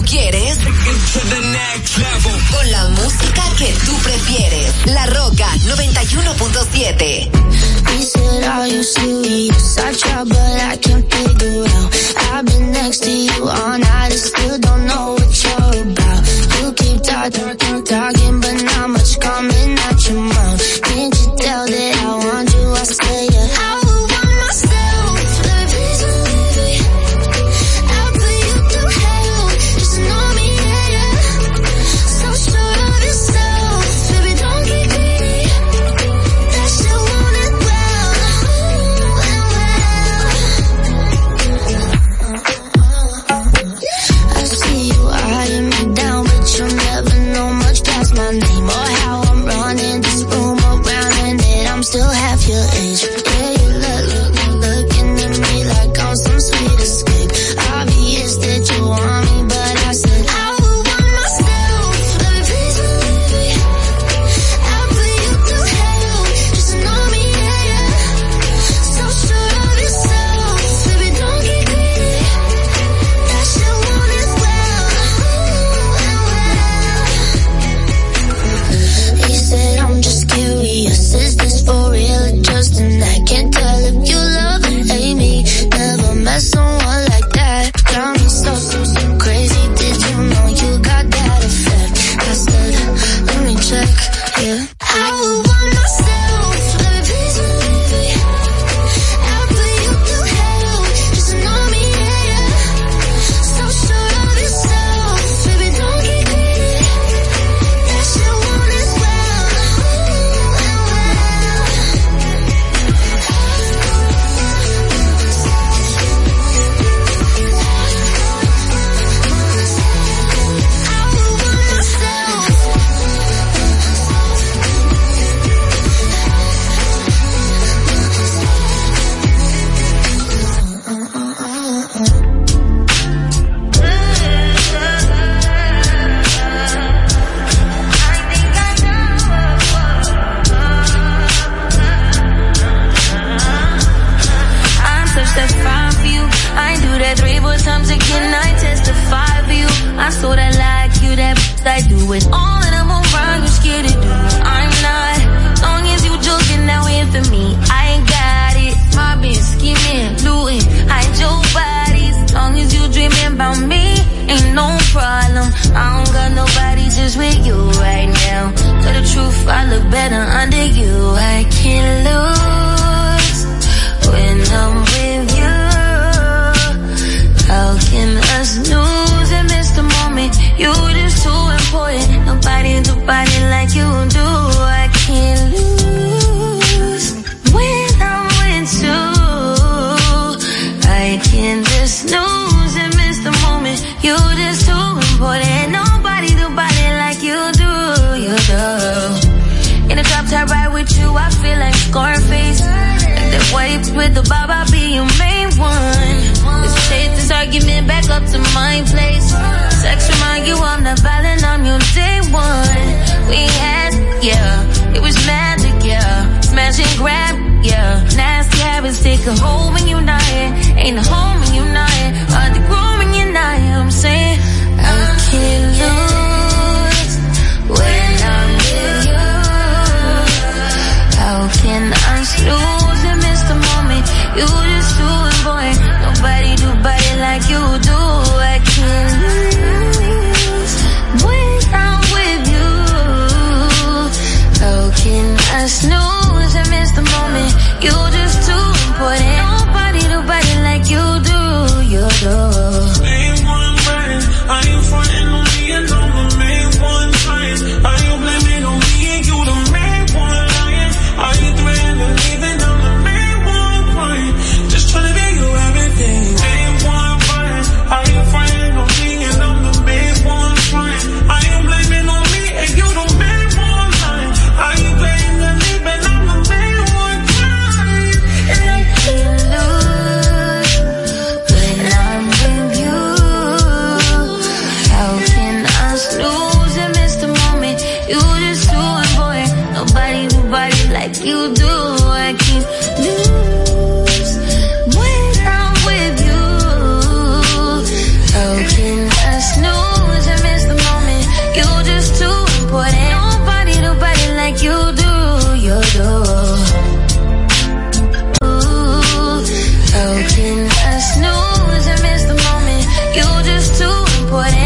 quieres. Con la música que tú prefieres. La Roca noventa y uno punto siete. He said, are you serious? I try, but I can't figure out. I've been next to you all night, I still don't know what you're about. You keep talking, talking, but not much coming out your mouth. Can't you tell that I want you? I say it. I would want myself. Let me believe it. I'll put you through hell. Just know me, yeah, yeah. So sure of yourself, baby, don't get greedy. That shit want it well, well, well. I see you eyeing me down, but you'll never know much past my name or how I'm running this room around, and that I'm still half your age. Yeah, you look, look, look, looking at me like I'm some sweet escape. Obvious that you want me, but I said I would want myself. Let me please believe it. I'll put you through hell. Just know me, yeah, yeah. So sure of yourself, baby, don't get greedy. That shit want it well, well, well. He said I'm just curious, is this for real or just an act? Can't tell if you love or hate me. Never met someone like that. Got me so, so, so crazy. Did you know you got that effect? I said, let me check, yeah. I would want myself. Let me please believe it. I'll put you through hell. Just know me, yeah, yeah. So sure of yourself, baby, don't get greedy. That shit want it well, well, I'm such that fine for you. I ain't do that three more times again. I testify for you. I so that like you, that I do it all and I'm around. You scared to do. I'm not. Long as you joking now in for me, I ain't got it. Mobbing, scheming, looting, hide your bodies. Long as you dreaming about me, ain't no problem. I don't got nobody just with you right now. Tell the truth, I look better under you. I can't lose when I'm with you. How can us lose and miss the moment? You just too important. Nobody do body like you do. I can't lose when I'm with you. I can't just lose and miss the moment. You just too important. Nobody do body like you do. You do. In a drop top ride with you, I feel like Scarface. Like the wipes with the bob, I'll be your main one. Let's take this argument back up to my place. Sex remind you I'm not violent, I'm your day one. We had, yeah, it was magic, yeah. Smash and grab, yeah. Nasty habits take a hold when you're not here. Ain't a home when you're not here. Hard to grow when you're not here. I'm saying I can't lose when I'm with you. How can I lose and miss the moment? You just too important. Nobody do body like you do. I can't lose when I'm with you. How can I snooze and miss the moment? You just too important. Nobody do body like you do. put